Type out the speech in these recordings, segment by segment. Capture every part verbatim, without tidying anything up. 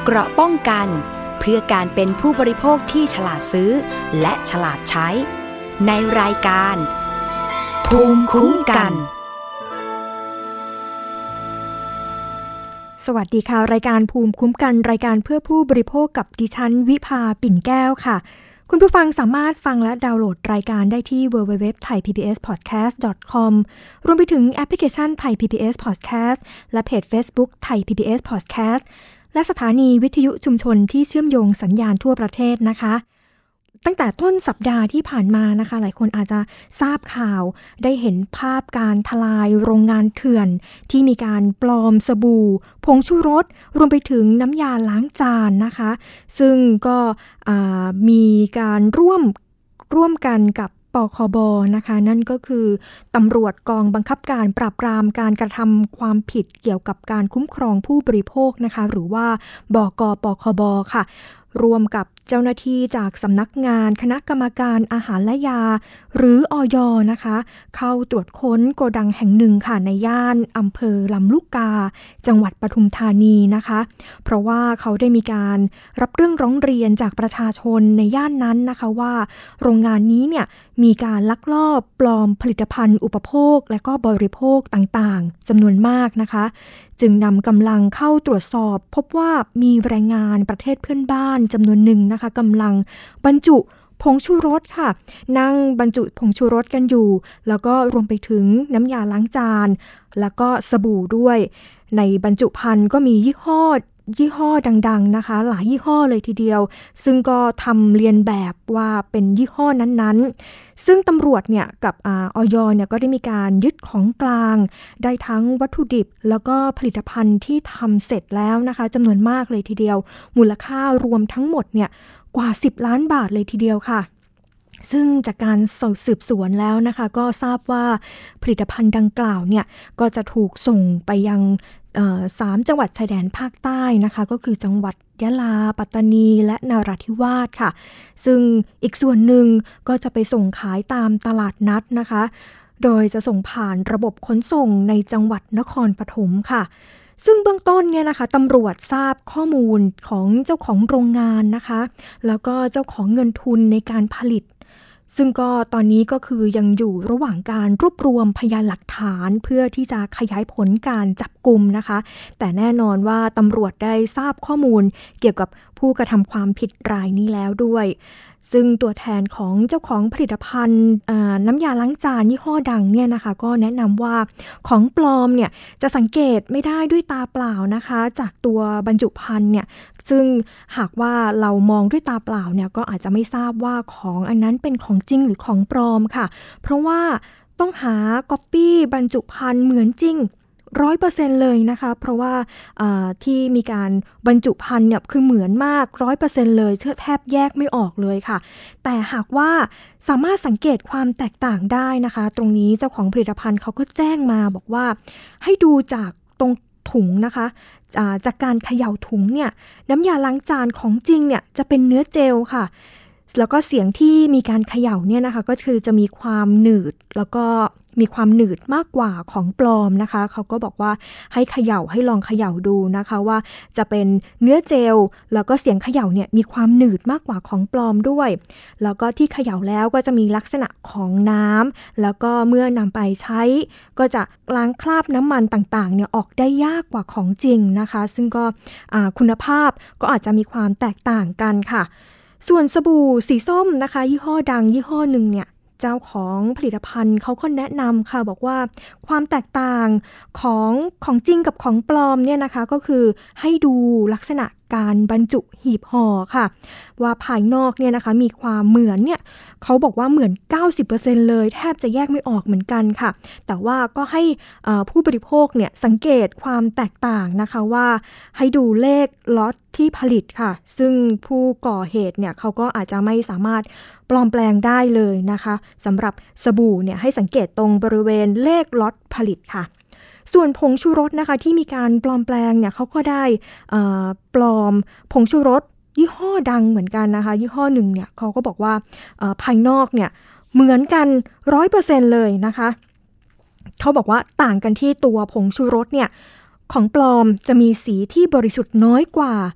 เกราะป้องกันเพื่อการเป็นผู้บริโภคที่ฉลาดซื้อและฉลาดใช้ในรายการภูมิคุ้มกันสวัสดีค่ะรายการภูมิคุ้มกันรายการเพื่อผู้บริโภคกับดิฉันวิภาปิ่นแก้วค่ะคุณผู้ฟังสามารถฟังและดาวน์โหลดรายการได้ที่ ดับเบิลยู ดับเบิลยู ดับเบิลยู ดอท ไทย พี บี เอส พอดแคสต์ ดอท คอม รวมไปถึงแอปพลิเคชัน Thai พี บี เอส Podcast และเพจ Facebook Thai พี บี เอส Podcast และสถานีวิทยุชุมชนที่เชื่อมโยงสัญญาณทั่วประเทศนะคะตั้งแต่ต้นสัปดาห์ที่ผ่านมานะคะหลายคนอาจจะทราบข่าวได้เห็นภาพการทลายโรงงานเถื่อนที่มีการปลอมสบู่ผงชูรสรวมไปถึงน้ำยาล้างจานนะคะซึ่งก็มีการร่วมร่วมกันกับปคบนะคะนั่นก็คือตำรวจกองบังคับการปราบปรามการกระทำความผิดเกี่ยวกับการคุ้มครองผู้บริโภคนะคะหรือว่าบก.ปคบค่ะรวมกับเจ้าหน้าที่จากสำนักงานคณะกรรมการอาหารและยาหรืออย.นะคะเข้าตรวจค้นโกดังแห่งหนึ่งค่ะในย่านอำเภอลำลูกกาจังหวัดปทุมธานีนะคะเพราะว่าเขาได้มีการรับเรื่องร้องเรียนจากประชาชนในย่านนั้นนะคะว่าโรงงานนี้เนี่ยมีการลักลอบปลอมผลิตภัณฑ์อุปโภคและก็บริโภคต่างๆจำนวนมากนะคะจึงนำกำลังเข้าตรวจสอบพบว่ามีแรงงานประเทศเพื่อนบ้านจำนวนหนึ่งนะคะกำลังบรรจุผงชูรสค่ะนั่งบรรจุผงชูรสกันอยู่แล้วก็รวมไปถึงน้ำยาล้างจานแล้วก็สบู่ด้วยในบรรจุภัณฑ์ก็มียี่ห้อยี่ห้อดังๆนะคะหลายยี่ห้อเลยทีเดียวซึ่งก็ทำเรียนแบบว่าเป็นยี่ห้อนั้นๆซึ่งตำรวจเนี่ยกับอ่าอย.เนี่ยก็ได้มีการยึดของกลางได้ทั้งวัตถุดิบแล้วก็ผลิตภัณฑ์ที่ทำเสร็จแล้วนะคะจำนวนมากเลยทีเดียวมูลค่ารวมทั้งหมดเนี่ยกว่าสิบล้านบาทเลยทีเดียวค่ะซึ่งจากการสืบสวนแล้วนะคะก็ทราบว่าผลิตภัณฑ์ดังกล่าวเนี่ยก็จะถูกส่งไปยังสามจังหวัดชายแดนภาคใต้นะคะก็คือจังหวัดยะลาปัตตานีและนราธิวาสค่ะซึ่งอีกส่วนหนึ่งก็จะไปส่งขายตามตลาดนัดนะคะโดยจะส่งผ่านระบบขนส่งในจังหวัดนครปฐมค่ะซึ่งเบื้องต้นเนี่ยนะคะตำรวจทราบข้อมูลของเจ้าของโรงงานนะคะแล้วก็เจ้าของเงินทุนในการผลิตซึ่งก็ตอนนี้ก็คือยังอยู่ระหว่างการรวบรวมพยานหลักฐานเพื่อที่จะขยายผลการจับกุมนะคะแต่แน่นอนว่าตำรวจได้ทราบข้อมูลเกี่ยวกับผู้กระทำความผิดรายนี้แล้วด้วยซึ่งตัวแทนของเจ้าของผลิตภัณฑ์น้ำยาล้างจานยี่ห้อดังเนี่ยนะคะก็แนะนำว่าของปลอมเนี่ยจะสังเกตไม่ได้ด้วยตาเปล่านะคะจากตัวบรรจุภัณฑ์เนี่ยซึ่งหากว่าเรามองด้วยตาเปล่าเนี่ยก็อาจจะไม่ทราบว่าของอันนั้นเป็นของจริงหรือของปลอมค่ะเพราะว่าต้องหาก๊อปปี้บรรจุภัณฑ์เหมือนจริงร้อยเปอร์เซ็นต์เลยนะคะเพราะว่าที่มีการบรรจุภัณฑ์เนี่ยคือเหมือนมากร้อยเปอร์เซ็นต์เลยแทบแยกไม่ออกเลยค่ะแต่หากว่าสามารถสังเกตความแตกต่างได้นะคะตรงนี้เจ้าของผลิตภัณฑ์เขาก็แจ้งมาบอกว่าให้ดูจากตรงถุงนะคะจากการเขย่าถุงเนี่ยน้ำยาล้างจานของจริงเนี่ยจะเป็นเนื้อเจลค่ะแล้วก็เสียงที่มีการเขย่าเนี่ยนะคะก็คือจะมีความหนืดแล้วก็มีความหนืดมากกว่าของปลอมนะคะเขาก็บอกว่าให้เขย่าให้ลองเขย่าดูนะคะว่าจะเป็นเนื้อเจลแล้วก็เสียงเขย่าเนี่ยมีความหนืดมากกว่าของปลอมด้วยแล้วก็ที่เขย่าแล้วก็จะมีลักษณะของน้ำแล้วก็เมื่อนำไปใช้ก็จะล้างคราบน้ำมันต่างๆเนี่ยออกได้ยากกว่าของจริงนะคะซึ่งก็คุณภาพก็อาจจะมีความแตกต่างกันค่ะส่วนสบู่สีส้มนะคะยี่ห้อดังยี่ห้อหนึ่งเนี่ยเจ้าของผลิตภัณฑ์เขาก็แนะนำค่ะบอกว่าความแตกต่างของของจริงกับของปลอมเนี่ยนะคะก็คือให้ดูลักษณะการบรรจุหีบห่อค่ะว่าภายนอกเนี่ยนะคะมีความเหมือนเนี่ยเขาบอกว่าเหมือน เก้าสิบเปอร์เซ็นต์ เลยแทบจะแยกไม่ออกเหมือนกันค่ะแต่ว่าก็ให้ผู้บริโภคเนี่ยสังเกตความแตกต่างนะคะว่าให้ดูเลขล็อตที่ผลิตค่ะซึ่งผู้ก่อเหตุเนี่ยเขาก็อาจจะไม่สามารถปลอมแปลงได้เลยนะคะสำหรับสบู่เนี่ยให้สังเกตตรงบริเวณเลขล็อตผลิตค่ะส่วนผงชูรสนะคะที่มีการปลอมแปลงเนี่ยเขาก็ได้ปลอมผงชูรสยี่ห้อดังเหมือนกันนะคะยี่ห้อหนึ่งเนี่ยเขาก็บอกว่าภายนอกเนี่ยเหมือนกัน ร้อยเปอร์เซ็นต์ เลยนะคะเขาบอกว่าต่างกันที่ตัวผงชูรสเนี่ยของปลอมจะมีสีที่บริสุทธิ์น้อยกว่า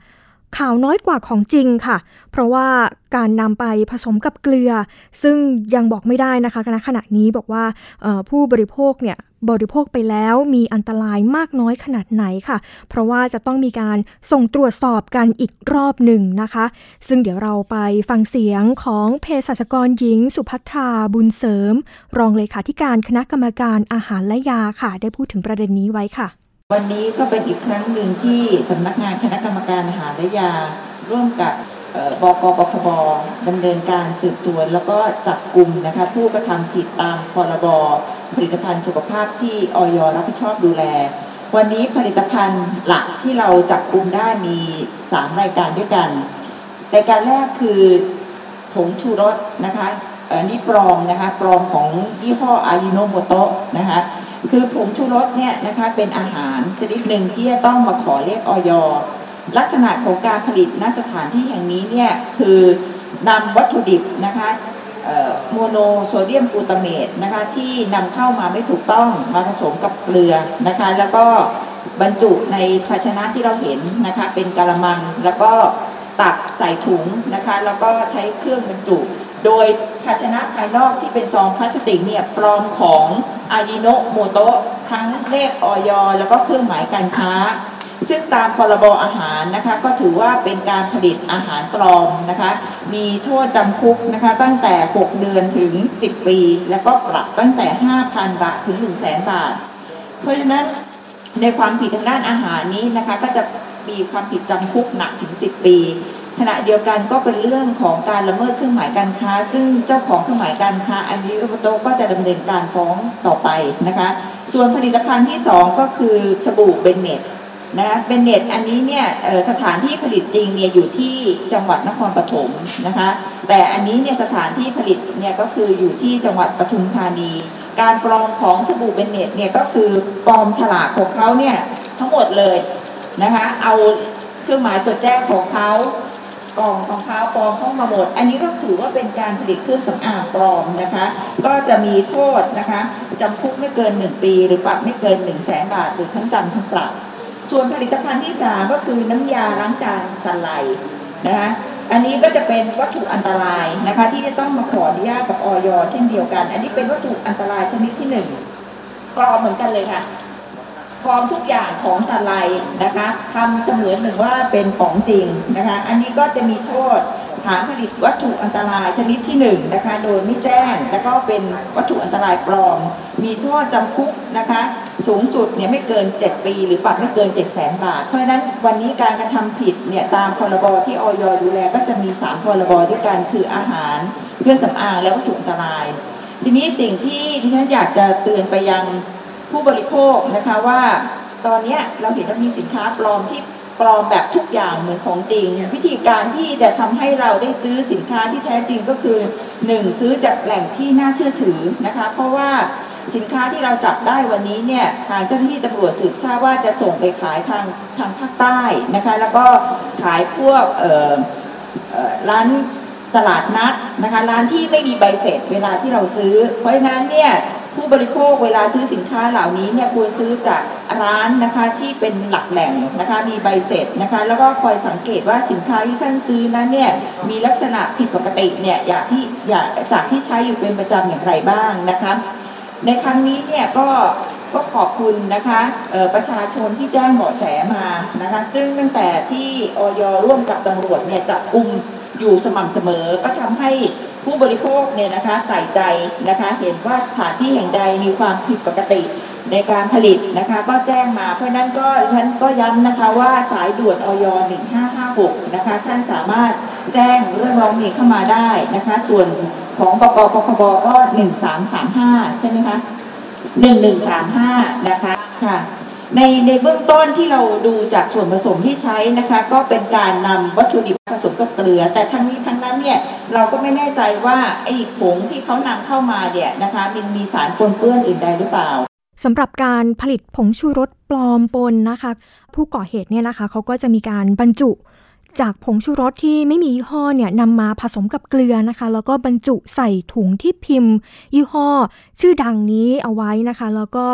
ขาวน้อยกว่าของจริงค่ะเพราะว่าการนำไปผสมกับเกลือซึ่งยังบอกไม่ได้นะคะณขณะนี้บอกว่าผู้บริโภคเนี่ยบริโภคไปแล้วมีอันตรายมากน้อยขนาดไหนค่ะเพราะว่าจะต้องมีการส่งตรวจสอบกันอีกรอบหนึ่งนะคะซึ่งเดี๋ยวเราไปฟังเสียงของเภสัชกรหญิงสุภัทราบุญเสริมรองเลขาธิการคณะกรรมการอาหารและยาค่ะได้พูดถึงประเด็นนี้ไว้ค่ะวันนี้ก็เป็นอีกครั้งหนึ่งที่สำนักงานคณะกรรมการอาหารและยาร่วมกับบก.ปคบ.ดำเนินการสืบสวนแล้วก็จับกุมนะคะผู้กระทำผิดตามพรบผลิตภัณฑ์สุขภาพที่อย.รับผิดชอบดูแลวันนี้ผลิตภัณฑ์หลักที่เราจับกุมได้มีสามรายการด้วยกันรายการแรกคือผงชูรสนะคะอันนี้ปลอมนะคะปลอมของยี่ห้ออายิโนโมโตะนะคะคือผงชูรสเนี่ยนะคะเป็นอาหารชนิดหนึ่งที่จะต้องมาขอเลขอย.ลักษณะของการผลิตณสถานที่แห่งนี้เนี่ยคือนำวัตถุดิบนะคะโมโนโซเดียมกลูตาเมตนะคะที่นำเข้ามาไม่ถูกต้องมาผสมกับเกลือนะคะแล้วก็บรรจุในภาชนะที่เราเห็นนะคะเป็นกะละมังแล้วก็ตักใส่ถุงนะคะแล้วก็ใช้เครื่องบรรจุโดยภาชนะภายนอกที่เป็นซองพลาสติกเนี่ยปลอมของอายิโนโมโตะทั้งเลขอย.แล้วก็เครื่องหมายการค้าซึ่งตามพรบอาหารนะคะก็ถือว่าเป็นการผลิตอาหารปลอมนะคะมีโทษจำคุกนะคะตั้งแต่หกเดือนถึงสิบปีแล้วก็ปรับตั้งแต่ ห้าพัน บาทถึง หนึ่งแสน บาทเพราะฉะนั้นในความผิดทางด้านอาหารนี้นะคะก็จะมีความผิดจำคุกหนักถึงสิบปีขณะเดียวกันก็เป็นเรื่องของการละเมิดเครื่องหมายการค้าซึ่งเจ้าของเครื่องหมายการค้าอายิโนโมโตะก็จะดำเนินการฟ้องต่อไปนะคะส่วนผลิตภัณฑ์ที่สองก็คือสบู่เบนเน็ตนะเบนเน็ตอันนี้เนี่ยสถานที่ผลิตจริงเนี่ยอยู่ที่จังหวัดนครปฐมนะคะแต่อันนี้เนี่ยสถานที่ผลิตเนี่ยก็คืออยู่ที่จังหวัดปทุมธานีการปลอมของสบู่เบนเน็ตเนี่ยก็คือปลอมฉลากของเขาเนี่ยทั้งหมดเลยนะคะเอาเครื่องหมายจดแจ้งของเขากล่องของเขาปลอมเข้ามาหมดอันนี้ก็ถือว่าเป็นการผลิตเครื่องสำอางปลอมนะคะก็จะมีโทษนะคะจำคุกไม่เกินหนึ่งปีหรือปรับไม่เกินหนึ่งแสนบาทหรือทั้งจำทั้งปรับส่วนผลิตภัณฑ์ที่สามก็คือน้ำยาล้างจานซันไลท์นะคะอันนี้ก็จะเป็นวัตถุอันตรายนะคะที่จะต้องมาขออนุญาตกับอย.เช่นเดียวกันอันนี้เป็นวัตถุอันตรายชนิดที่หนึ่งปลอมเหมือนกันเลยค่ะปลอมทุกอย่างของซันไลท์นะคะทำเสมือนหนึ่งว่าเป็นของจริงนะคะอันนี้ก็จะมีโทษฐานผลิตวัตถุอันตรายชนิดที่หนึ่งนะคะโดยไม่แจ้งแล้วก็เป็นวัตถุอันตรายปลอมมีโทษจำคุกนะคะสูงสุดเนี่ยไม่เกินเจ็ดปีหรือปรับไม่เกิน เจ็ดแสน บาทเพราะฉะนั้นวันนี้การกระทำผิดเนี่ยตามพรบที่อย.ดูแลก็จะมีสามพรบด้วยกันคืออาหารเครื่องสำอางและวัตถุอันตรายทีนี้สิ่งที่ดิฉันอยากจะเตือนไปยังผู้บริโภคนะคะว่าตอนนี้เราเห็นว่ามีสินค้าปลอมที่ปลอมแบบทุกอย่างเหมือนของจริงวิธีการที่จะทำให้เราได้ซื้อสินค้าที่แท้จริงก็คือหนึ่งซื้อจากแหล่งที่น่าเชื่อถือนะคะเพราะว่าสินค้าที่เราจับได้วันนี้เนี่ยทางเจ้าหน้าที่ตำรวจสืบทราบว่าจะส่งไปขายทางทางภาคใต้นะคะแล้วก็ขายพวกเอ่อเอ่อร้านตลาดนัดนะคะร้านที่ไม่มีใบเสร็จเวลาที่เราซื้อเพราะฉะนั้นเนี่ยผู้บริโภคเวลาซื้อสินค้าเหล่านี้เนี่ยควรซื้อจากร้านนะคะที่เป็นหลักแหล่งนะคะมีใบเสร็จนะคะแล้วก็คอยสังเกตว่าสินค้าที่ท่านซื้อนั้นเนี่ยมีลักษณะผิดปกติเนี่ยอยากที่อยากจากที่ใช้อยู่เป็นประจำอย่างไรบ้างนะคะในครั้งนี้เนี่ยก็ก็ขอบคุณนะคะประชาชนที่แจ้งเบาะแสมานะคะซึ่งตั้งแต่ที่อย.ร่วมกับตำรวจเนี่ยจับกุมอยู่สม่ำเสมอก็ทำให้ผู้บริโภคเนี่ยนะคะใส่ใจนะคะเห็นว่าสถานที่แห่งใดมีความผิดปกติในการผลิตนะคะก็แจ้งมาเพราะนั้นก็ท่านก็ย้ำนะคะว่าสายด่วนอย.หนึ่งห้าห้าหกนะคะท่านสามารถแจ้งเรื่องร้องเรียนเข้ามาได้นะคะส่วนของบก.ปคบ.ก็หนึ่งสามสามห้าใช่ไหมคะหนึ่งหนึ่งสามห้านะคะค่ะในในเบื้องต้นที่เราดูจากส่วนผสมที่ใช้นะคะก็เป็นการนำวัตถุดิบผสมกับเกลือแต่ทั้งนี้ทั้งนั้นเนี่ยเราก็ไม่แน่ใจว่าไอ้ผงที่เขานำเข้ามาเนี่ยนะคะมันมีสารปนเปื้อนอื่นใดหรือเปล่าสำหรับการผลิตผงชูรสปลอมปนนะคะผู้ก่อเหตุเนี่ยนะคะเขาก็จะมีการบรรจุจากผงชูรสที่ไม่มียี่ห้อเนี่ยนำมาผสมกับเกลือนะคะแล้วก็บรรจุใส่ถุงที่พิมพ์ยี่ห้อชื่อดังนี้เอาไว้นะคะแล้วก็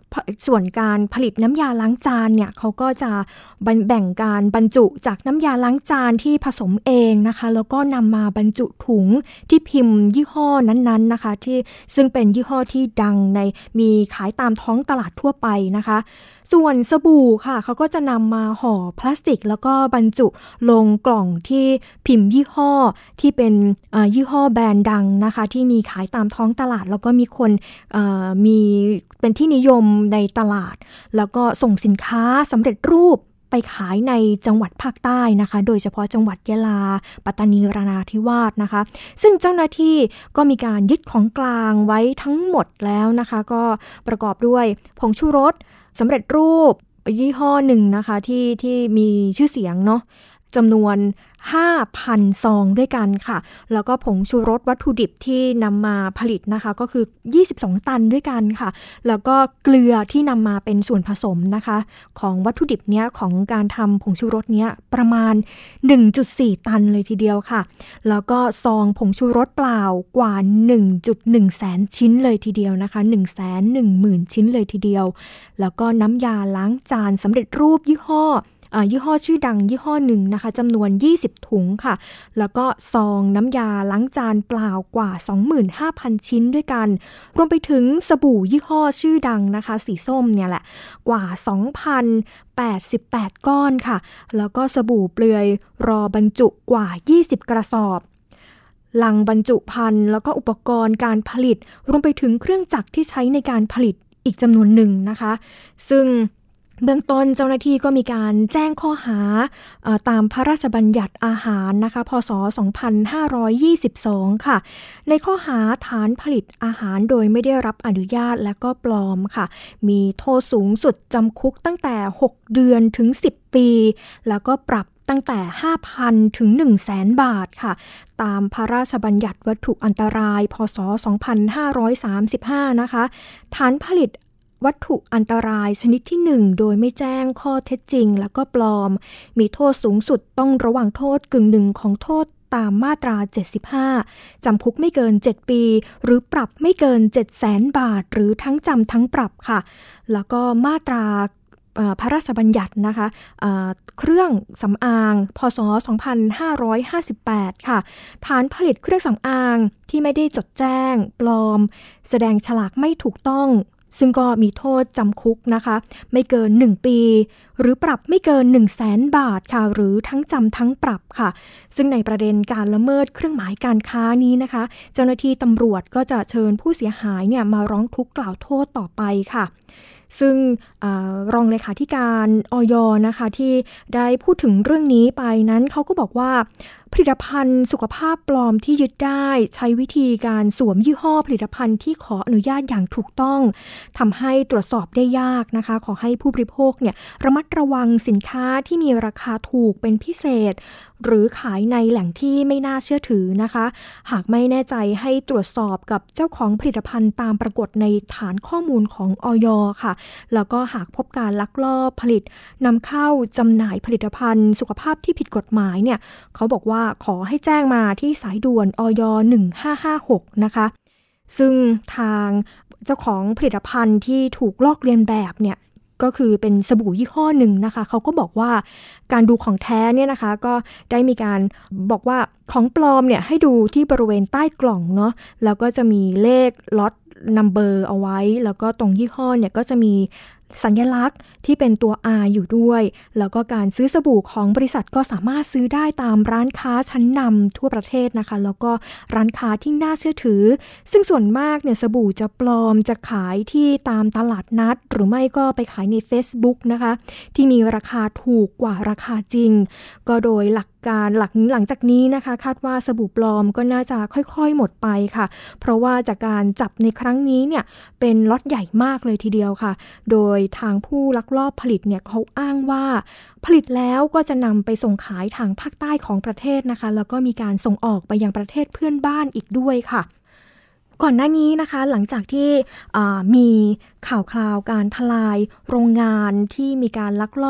ส่วนการผลิตน้ำยาล้างจานเนี่ยเขาก็จะแบ่งการบรรจุจากน้ำยาล้างจานที่ผสมเองนะคะแล้วก็นำมาบรรจุถุงที่พิมพ์ยี่ห้อนั้นๆนะคะที่ซึ่งเป็นยี่ห้อที่ดังในมีขายตามท้องตลาดทั่วไปนะคะส่วนสบู่ค่ะเขาก็จะนำมาห่อพลาสติกแล้วก็บรรจุลงกล่องที่พิมพ์ยี่ห้อที่เป็นยี่ห้อแบรนด์ดังนะคะที่มีขายตามท้องตลาดแล้วก็มีคนมีเป็นที่นิยมในตลาดแล้วก็ส่งสินค้าสำเร็จรูปไปขายในจังหวัดภาคใต้นะคะโดยเฉพาะจังหวัดยะลาปัตตานีรานาธิวาสนะคะซึ่งเจ้าหน้าที่ก็มีการยึดของกลางไว้ทั้งหมดแล้วนะคะก็ประกอบด้วยผงชูรสสำเร็จรูปยี่ห้อหนึ่งนะคะที่ที่มีชื่อเสียงเนาะจำนวน ห้าพัน ซองด้วยกันค่ะแล้วก็ผงชูรสวัตถุดิบที่นำมาผลิตนะคะก็คือยี่สิบสองตันด้วยกันค่ะแล้วก็เกลือที่นำมาเป็นส่วนผสมนะคะของวัตถุดิบเนี้ยของการทำผงชูรสเนี้ยประมาณ หนึ่งจุดสี่ ตันเลยทีเดียวค่ะแล้วก็ซองผงชูรสเปล่ากว่า หนึ่งจุดหนึ่ง แสนชิ้นเลยทีเดียวนะคะ หนึ่งแสนหนึ่งหมื่น ชิ้นเลยทีเดียวแล้วก็น้ำยาล้างจานสำเร็จรูปยี่ห้อยี่ห้อชื่อดังยี่ห้อหนึ่งนะคะจำนวนยี่สิบถุงค่ะแล้วก็ซองน้ำยาล้างจานเปล่ากว่า สองหมื่นห้าพัน ชิ้นด้วยกันรวมไปถึงสบู่ยี่ห้อชื่อดังนะคะสีส้มเนี่ยแหละกว่า สองพันแปดสิบแปด ก้อนค่ะแล้วก็สบู่เปลือยรอบรรจุกว่ายี่สิบกระสอบลังบรรจุภัณฑ์แล้วก็อุปกรณ์การผลิตรวมไปถึงเครื่องจักรที่ใช้ในการผลิตอีกจำนวนหนึ่งนะคะซึ่งเบื้องต้นเจ้าหน้าที่ก็มีการแจ้งข้อหาตามพระราชบัญญัติอาหารนะคะพ.ศ. สองพันห้าร้อยยี่สิบสองค่ะในข้อหาฐานผลิตอาหารโดยไม่ได้รับอนุญาตและก็ปลอมค่ะมีโทษสูงสุดจำคุกตั้งแต่หกเดือนถึงสิบปีแล้วก็ปรับตั้งแต่ ห้าพัน ถึง หนึ่งแสน บาทค่ะตามพระราชบัญญัติวัตถุอันตรายพ.ศ. สองพันห้าร้อยสามสิบห้านะคะฐานผลิตวัตถุอันตรายชนิดที่หนึ่งโดยไม่แจ้งข้อเท็จจริงแล้วก็ปลอมมีโทษสูงสุดต้องระวังโทษกึ่งหนึ่งของโทษตามมาตราเจ็ดสิบห้าจำคุกไม่เกินเจ็ดปีหรือปรับไม่เกิน เจ็ดแสน บาทหรือทั้งจำทั้งปรับค่ะแล้วก็มาตราพระราชบัญญัตินะคะเครื่องสำอางพ.ศ. สองพันห้าร้อยห้าสิบแปดค่ะฐานผลิตเครื่องสำอางที่ไม่ได้จดแจ้งปลอมแสดงฉลากไม่ถูกต้องซึ่งก็มีโทษจำคุกนะคะไม่เกินหนึ่งปีหรือปรับไม่เกิน หนึ่งแสน บาทค่ะหรือทั้งจำทั้งปรับค่ะซึ่งในประเด็นการละเมิดเครื่องหมายการค้านี้นะคะเจ้าหน้าที่ตำรวจก็จะเชิญผู้เสียหายเนี่ยมาร้องทุกข์กล่าวโทษต่อไปค่ะซึ่งอรองเลขาธิการอย.นะคะที่ได้พูดถึงเรื่องนี้ไปนั้นเขาก็บอกว่าผลิตภัณฑ์สุขภาพปลอมที่ยึดได้ใช้วิธีการสวมยี่ห้อผลิตภัณฑ์ที่ขออนุญาตอย่างถูกต้องทำให้ตรวจสอบได้ยากนะคะขอให้ผู้บริโภคเนี่ยระมัดระวังสินค้าที่มีราคาถูกเป็นพิเศษหรือขายในแหล่งที่ไม่น่าเชื่อถือนะคะหากไม่แน่ใจให้ตรวจสอบกับเจ้าของผลิตภัณฑ์ตามปรากฏในฐานข้อมูลของอย.ค่ะแล้วก็หากพบการลักลอบผลิตนำเข้าจำหน่ายผลิตภัณฑ์สุขภาพที่ผิดกฎหมายเนี่ยเขาบอกว่าขอให้แจ้งมาที่สายด่วนอย หนึ่งห้าห้าหกนะคะซึ่งทางเจ้าของผลิตภัณฑ์ที่ถูกลอกเลียนแบบเนี่ยก็คือเป็นสบู่ยี่ห้อหนึ่งนะคะเขาก็บอกว่าการดูของแท้เนี่ยนะคะก็ได้มีการบอกว่าของปลอมเนี่ยให้ดูที่บริเวณใต้กล่องเนาะแล้วก็จะมีเลขล็อตนัมเบอร์เอาไว้แล้วก็ตรงยี่ห้อเนี่ยก็จะมีสัญลักษณ์ที่เป็นตัว R อยู่ด้วยแล้วก็การซื้อสบู่ของบริษัทก็สามารถซื้อได้ตามร้านค้าชั้นนำทั่วประเทศนะคะแล้วก็ร้านค้าที่น่าเชื่อถือซึ่งส่วนมากเนี่ยสบู่จะปลอมจะขายที่ตามตลาดนัดหรือไม่ก็ไปขายใน Facebook นะคะที่มีราคาถูกกว่าราคาจริงก็โดยหลักการหลังหลังจากนี้นะคะคาดว่าสบู่ปลอมก็น่าจะค่อยๆหมดไปค่ะเพราะว่าจากการจับในครั้งนี้เนี่ยเป็นล็อตใหญ่มากเลยทีเดียวค่ะโดยทางผู้ลักลอบผลิตเนี่ยเขาอ้างว่าผลิตแล้วก็จะนำไปส่งขายทางภาคใต้ของประเทศนะคะแล้วก็มีการส่งออกไปยังประเทศเพื่อนบ้านอีกด้วยค่ะก่อนหน้านี้นะคะหลังจากที่มีข่าวคราวการทลายโรงงานที่มีการลักลอบ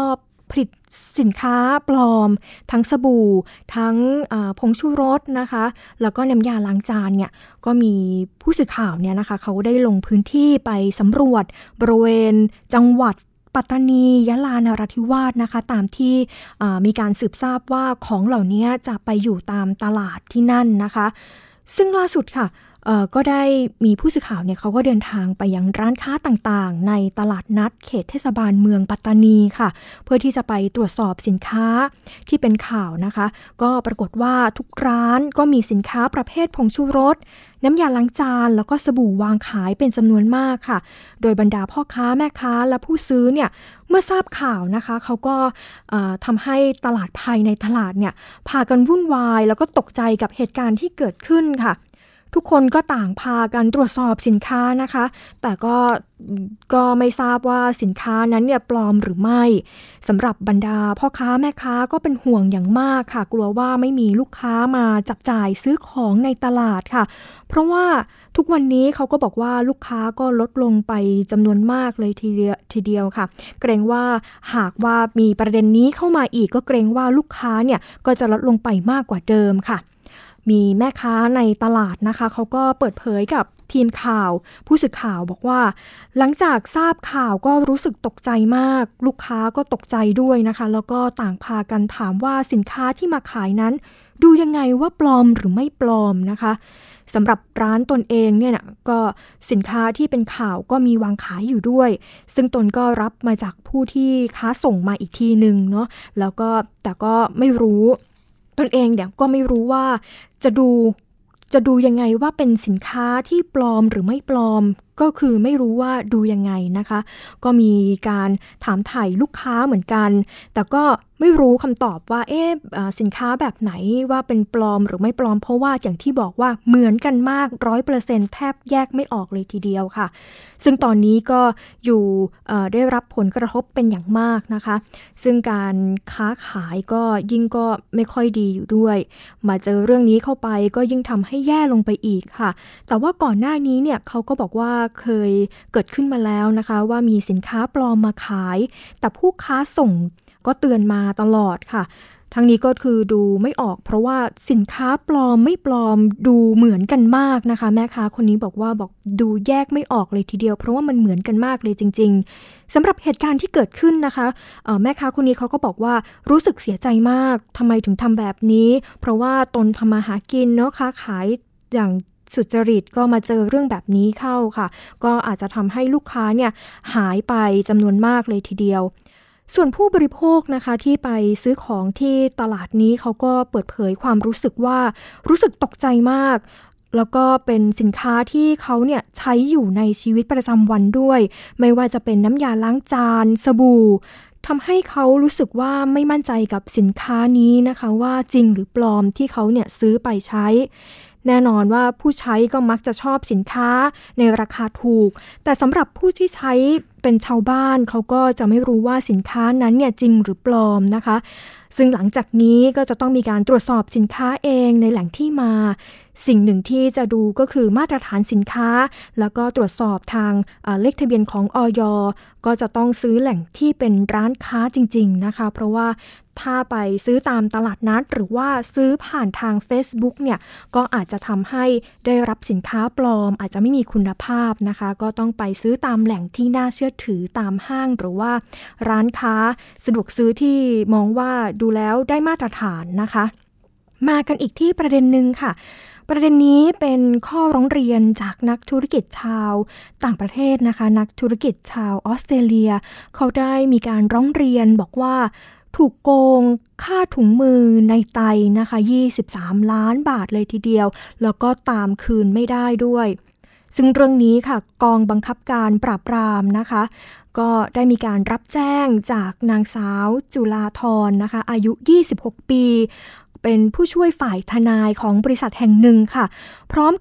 ผลิตสินค้าปลอมทั้งสบู่ทั้งผงชูรสนะคะแล้วก็น้ำยาล้างจานเนี่ยก็มีผู้สื่อข่าวเนี่ยนะคะเขาได้ลงพื้นที่ไปสำรวจบริเวณจังหวัดปัตตานียะลานราธิวาสนะคะตามที่มีการสืบทราบว่าของเหล่านี้จะไปอยู่ตามตลาดที่นั่นนะคะซึ่งล่าสุดค่ะก็ได้มีผู้สื่อข่าวเนี่ยเขาก็เดินทางไปยังร้านค้าต่างๆในตลาดนัดเขตเทศบาลเมืองปัตตานีค่ะเพื่อที่จะไปตรวจสอบสินค้าที่เป็นข่าวนะคะก็ปรากฏว่าทุกร้านก็มีสินค้าประเภทผงชูรสน้ำยาล้างจานแล้วก็สบู่วางขายเป็นจำนวนมากค่ะโดยบรรดาพ่อค้าแม่ค้าและผู้ซื้อเนี่ยเมื่อทราบข่าวนะคะเขาก็ทำให้ตลาดภายในตลาดเนี่ยพากันวุ่นวายแล้วก็ตกใจกับเหตุการณ์ที่เกิดขึ้นค่ะทุกคนก็ต่างพากันตรวจสอบสินค้านะคะแต่ก็ก็ไม่ทราบว่าสินค้านั้นเนี่ยปลอมหรือไม่สำหรับบรรดาพ่อค้าแม่ค้าก็เป็นห่วงอย่างมากค่ะกลัวว่าไม่มีลูกค้ามาจับจ่ายซื้อของในตลาดค่ะเพราะว่าทุกวันนี้เขาก็บอกว่าลูกค้าก็ลดลงไปจำนวนมากเลยทีเดียวทีเดียวค่ะเกรงว่าหากว่ามีประเด็นนี้เข้ามาอีกก็เกรงว่าลูกค้าเนี่ยก็จะลดลงไปมากกว่าเดิมค่ะมีแม่ค้าในตลาดนะคะเขาก็เปิดเผยกับทีมข่าวผู้สื่อข่าวบอกว่าหลังจากทราบข่าวก็รู้สึกตกใจมากลูกค้าก็ตกใจด้วยนะคะแล้วก็ต่างพากันถามว่าสินค้าที่มาขายนั้นดูยังไงว่าปลอมหรือไม่ปลอมนะคะสำหรับร้านตนเองเนี่ยนะก็สินค้าที่เป็นข่าวก็มีวางขายอยู่ด้วยซึ่งตนก็รับมาจากผู้ที่ค้าส่งมาอีกทีนึงเนาะแล้วก็แต่ก็ไม่รู้ตนเองเนี่ยก็ไม่รู้ว่าจะดูจะดูยังไงว่าเป็นสินค้าที่ปลอมหรือไม่ปลอมก็คือไม่รู้ว่าดูยังไงนะคะก็มีการถามถ่ายลูกค้าเหมือนกันแต่ก็ไม่รู้คำตอบว่าเอ๊ะสินค้าแบบไหนว่าเป็นปลอมหรือไม่ปลอมเพราะว่าอย่างที่บอกว่าเหมือนกันมาก ร้อยเปอร์เซ็นต์ แทบแยกไม่ออกเลยทีเดียวค่ะซึ่งตอนนี้ก็อยู่ได้รับผลกระทบเป็นอย่างมากนะคะซึ่งการค้าขายก็ยิ่งก็ไม่ค่อยดีอยู่ด้วยมาเจอเรื่องนี้เข้าไปก็ยิ่งทำให้แย่ลงไปอีกค่ะแต่ว่าก่อนหน้านี้เนี่ยเขาก็บอกว่าเคยเกิดขึ้นมาแล้วนะคะว่ามีสินค้าปลอมมาขายแต่ผู้ค้าส่งก็เตือนมาตลอดค่ะทั้งนี้ก็คือดูไม่ออกเพราะว่าสินค้าปลอมไม่ปลอมดูเหมือนกันมากนะคะแม่ค้าคนนี้บอกว่าบอกดูแยกไม่ออกเลยทีเดียวเพราะว่ามันเหมือนกันมากเลยจริงๆสำหรับเหตุการณ์ที่เกิดขึ้นนะคะแม่ค้าคนนี้เขาก็บอกว่ารู้สึกเสียใจมากทำไมถึงทำแบบนี้เพราะว่าตนทำมาหากินเนาะค้าขายอย่างสุจริตก็มาเจอเรื่องแบบนี้เข้าค่ะก็อาจจะทำให้ลูกค้าเนี่ยหายไปจำนวนมากเลยทีเดียวส่วนผู้บริโภคนะคะที่ไปซื้อของที่ตลาดนี้เขาก็เปิดเผยความรู้สึกว่ารู้สึกตกใจมากแล้วก็เป็นสินค้าที่เขาเนี่ยใช้อยู่ในชีวิตประจำวันด้วยไม่ว่าจะเป็นน้ำยาล้างจานสบู่ทำให้เขารู้สึกว่าไม่มั่นใจกับสินค้านี้นะคะว่าจริงหรือปลอมที่เขาเนี่ยซื้อไปใช้แน่นอนว่าผู้ใช้ก็มักจะชอบสินค้าในราคาถูกแต่สำหรับผู้ที่ใช้เป็นชาวบ้านเขาก็จะไม่รู้ว่าสินค้านั้นเนี่ยจริงหรือปลอมนะคะซึ่งหลังจากนี้ก็จะต้องมีการตรวจสอบสินค้าเองในแหล่งที่มาสิ่งหนึ่งที่จะดูก็คือมาตรฐานสินค้าแล้วก็ตรวจสอบทางเลขทะเบียนของอย.ก็จะต้องซื้อแหล่งที่เป็นร้านค้าจริงๆนะคะเพราะว่าถ้าไปซื้อตามตลาดนัดหรือว่าซื้อผ่านทาง Facebook เนี่ยก็อาจจะทำให้ได้รับสินค้าปลอมอาจจะไม่มีคุณภาพนะคะก็ต้องไปซื้อตามแหล่งที่น่าเชื่อถือตามห้างหรือว่าร้านค้าสะดวกซื้อที่มองว่าดูแล้วได้มาตรฐานนะคะมากันอีกที่ประเด็นหนึ่งค่ะประเด็นนี้เป็นข้อร้องเรียนจากนักธุรกิจชาวต่างประเทศนะคะนักธุรกิจชาวออสเตรเลียเขาได้มีการร้องเรียนบอกว่าถูกโกงค่าถุงมือในไตนะคะยี่สิบสามล้านบาทเลยทีเดียวแล้วก็ตามคืนไม่ได้ด้วยซึ่งเรื่องนี้ค่ะกองบังคับการปราบปรามนะคะก็ได้มีการรับแจ้งจากนางสาวจุฬาธรนะคะอายุยี่สิบหกปีเป็นผู้ช่วยฝ่ายทนายของบริษัทแห่งหนึ่งค่ะพร้อมกับ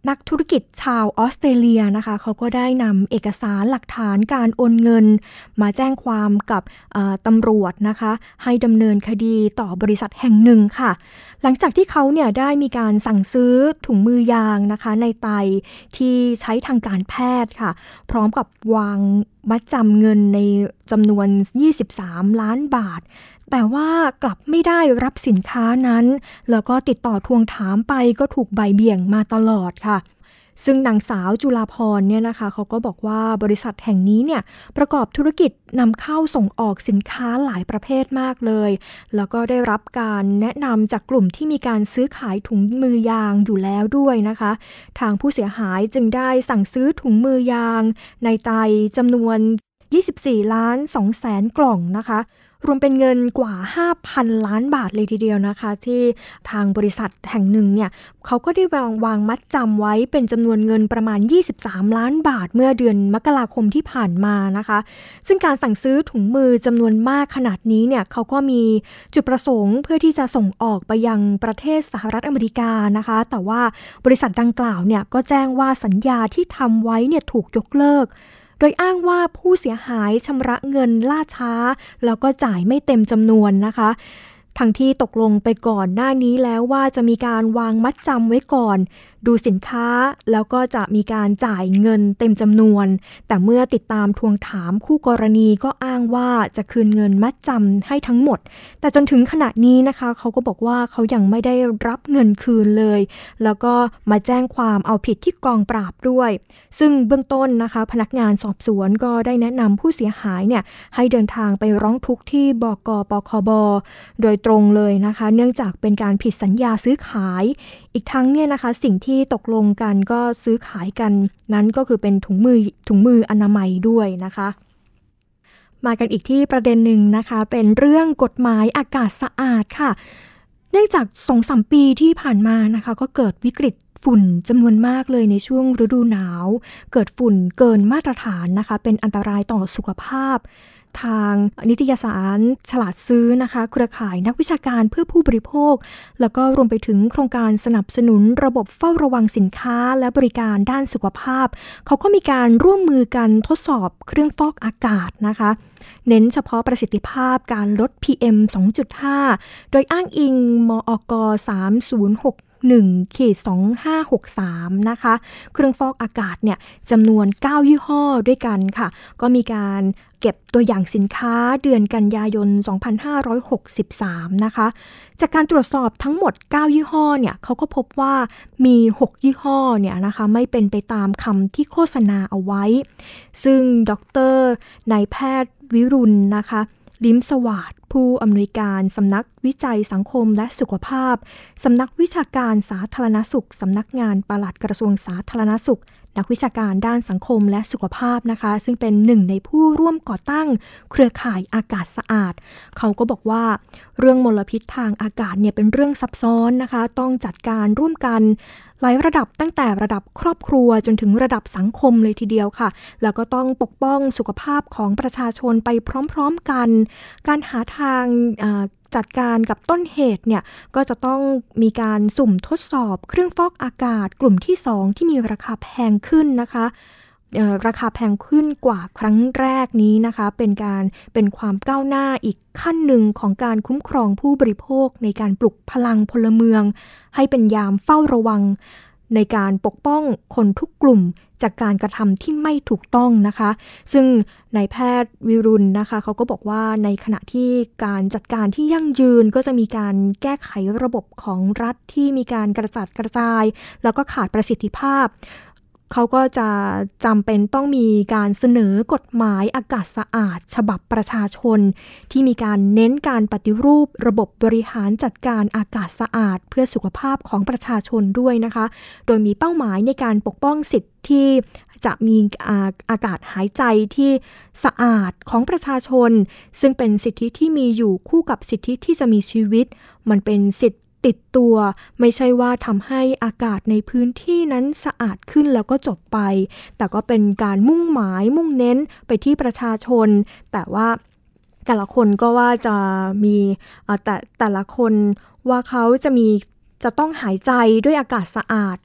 นักธุรกิจชาวออสเตรเลียนะคะเขาก็ได้นำเอกสารหลักฐานการโอนเงินมาแจ้งความกับตำรวจนะคะให้ดำเนินคดีต่อบริษัทแห่งหนึ่งค่ะหลังจากที่เขาเนี่ยได้มีการสั่งซื้อถุงมือยางนะคะในไตที่ใช้ทางการแพทย์ค่ะพร้อมกับวางมัดจำเงินในจำนวนยี่สิบสามล้านบาทแต่ว่ากลับไม่ได้รับสินค้านั้นแล้วก็ติดต่อทวงถามไปก็ถูกบ่ายเบี่ยงมาตลอดค่ะซึ่งนางสาวจุฬาภรณ์เนี่ยนะคะเขาก็บอกว่าบริษัทแห่งนี้เนี่ยประกอบธุรกิจนำเข้าส่งออกสินค้าหลายประเภทมากเลยแล้วก็ได้รับการแนะนำจากกลุ่มที่มีการซื้อขายถุงมือยางอยู่แล้วด้วยนะคะทางผู้เสียหายจึงได้สั่งซื้อถุงมือยางในไตจำนวนยี่สิบสี่ล้านสองแสนกล่องนะคะรวมเป็นเงินกว่า ห้าพัน ล้านบาทเลยทีเดียวนะคะที่ทางบริษัทแห่งหนึ่งเนี่ยเขาก็ได้วางวางมัดจำไว้เป็นจำนวนเงินประมาณยี่สิบสามล้านบาทเมื่อเดือนมกราคมที่ผ่านมานะคะซึ่งการสั่งซื้อถุงมือจำนวนมากขนาดนี้เนี่ยเขาก็มีจุดประสงค์เพื่อที่จะส่งออกไปยังประเทศสหรัฐอเมริกานะคะแต่ว่าบริษัทดังกล่าวเนี่ยก็แจ้งว่าสัญญาที่ทำไว้เนี่ยถูกยกเลิกโดยอ้างว่าผู้เสียหายชำระเงินล่าช้าแล้วก็จ่ายไม่เต็มจำนวนนะคะทั้งที่ตกลงไปก่อนหน้านี้แล้วว่าจะมีการวางมัดจำไว้ก่อนดูสินค้าแล้วก็จะมีการจ่ายเงินเต็มจำนวนแต่เมื่อติดตามทวงถามคู่กรณีก็อ้างว่าจะคืนเงินมัดจำให้ทั้งหมดแต่จนถึงขณะนี้นะคะเขาก็บอกว่าเขายังไม่ได้รับเงินคืนเลยแล้วก็มาแจ้งความเอาผิดที่กองปราบด้วยซึ่งเบื้องต้นนะคะพนักงานสอบสวนก็ได้แนะนำผู้เสียหายเนี่ยให้เดินทางไปร้องทุกข์ที่บก.ปคบ.โดยตรงเลยนะคะเนื่องจากเป็นการผิดสัญญาซื้อขายอีกทั้งเนี่ยนะคะสิ่งที่ตกลงกันก็ซื้อขายกันนั้นก็คือเป็นถุงมือถุงมืออนามัยด้วยนะคะมากันอีกที่ประเด็นหนึ่งนะคะเป็นเรื่องกฎหมายอากาศสะอาดค่ะเนื่องจาก สองถึงสาม ปีที่ผ่านมานะคะก็เกิดวิกฤตฝุ่นจำนวนมากเลยในช่วงฤดูหนาวเกิดฝุ่นเกินมาตรฐานนะคะเป็นอันตรายต่อสุขภาพทางนิตยสารฉลาดซื้อนะคะเครือข่ายนักวิชาการเพื่อผู้บริโภคแล้วก็รวมไปถึงโครงการสนับสนุนระบบเฝ้าระวังสินค้าและบริการด้านสุขภาพเขาก็มีการร่วมมือกันทดสอบเครื่องฟอกอากาศนะคะเน้นเฉพาะประสิทธิภาพการลด พี เอ็ม สองจุดห้า โดยอ้างอิงมอก. สามศูนย์หกหนึ่ง สองห้าหกสาม นะคะเครื่องฟอกอากาศเนี่ยจำนวนเก้ายี่ห้อด้วยกันค่ะก็มีการเก็บตัวอย่างสินค้าเดือนกันยายนสองพันห้าร้อยหกสิบสามนะคะจากการตรวจสอบทั้งหมดเก้ายี่ห้อเนี่ยเขาก็พบว่ามีหกยี่ห้อเนี่ยนะคะไม่เป็นไปตามคำที่โฆษณาเอาไว้ซึ่งดร.นายแพทย์วิรุณนะคะลิ้มสวัสดิ์ผู้อำนวยการสำนักวิจัยสังคมและสุขภาพสำนักวิชาการสาธารณสุขสำนักงานปลัดกระทรวงสาธารณสุขนักวิชาการด้านสังคมและสุขภาพนะคะซึ่งเป็นหนึ่งในผู้ร่วมก่อตั้งเครือข่ายอากาศสะอาดเขาก็บอกว่าเรื่องมลพิษทางอากาศเนี่ยเป็นเรื่องซับซ้อนนะคะต้องจัดการร่วมกันหลายระดับตั้งแต่ระดับครอบครัวจนถึงระดับสังคมเลยทีเดียวค่ะแล้วก็ต้องปกป้องสุขภาพของประชาชนไปพร้อมๆกันการหาทางจัดการกับต้นเหตุเนี่ยก็จะต้องมีการสุ่มทดสอบเครื่องฟอกอากาศกลุ่มที่สองที่มีราคาแพงขึ้นนะคะราคาแพงขึ้นกว่าครั้งแรกนี้นะคะเป็นการเป็นความก้าวหน้าอีกขั้นหนึ่งของการคุ้มครองผู้บริโภคในการปลุกพลังพลเมืองให้เป็นยามเฝ้าระวังในการปกป้องคนทุกกลุ่มจากการกระทำที่ไม่ถูกต้องนะคะซึ่งนายแพทย์วิรุณนะคะเขาก็บอกว่าในขณะที่การจัดการที่ยั่งยืนก็จะมีการแก้ไขระบบของรัฐที่มีการกระจัดกระจายแล้วก็ขาดประสิทธิภาพเขาก็จะจำเป็นต้องมีการเสนอกฎหมายอากาศสะอาดฉบับประชาชนที่มีการเน้นการปฏิรูประบบบริหารจัดการอากาศสะอาดเพื่อสุขภาพของประชาชนด้วยนะคะโดยมีเป้าหมายในการปกป้องสิทธิที่จะมีอาอากาศหายใจที่สะอาดของประชาชนซึ่งเป็นสิทธิที่มีอยู่คู่กับสิทธิที่จะมีชีวิตมันเป็นสิทธิติดตัวไม่ใช่ว่าทำให้อากาศในพื้นที่นั้นสะอาดขึ้นแล้วก็จบไปแต่ก็เป็นการมุ่งหมายมุ่งเน้นไปที่ประชาชนแต่ว่าแต่ละคนก็ว่าจะมีแต่แต่ละคนว่าเขาจะมีจะต้องหายใจด้วยอากาศสะอาด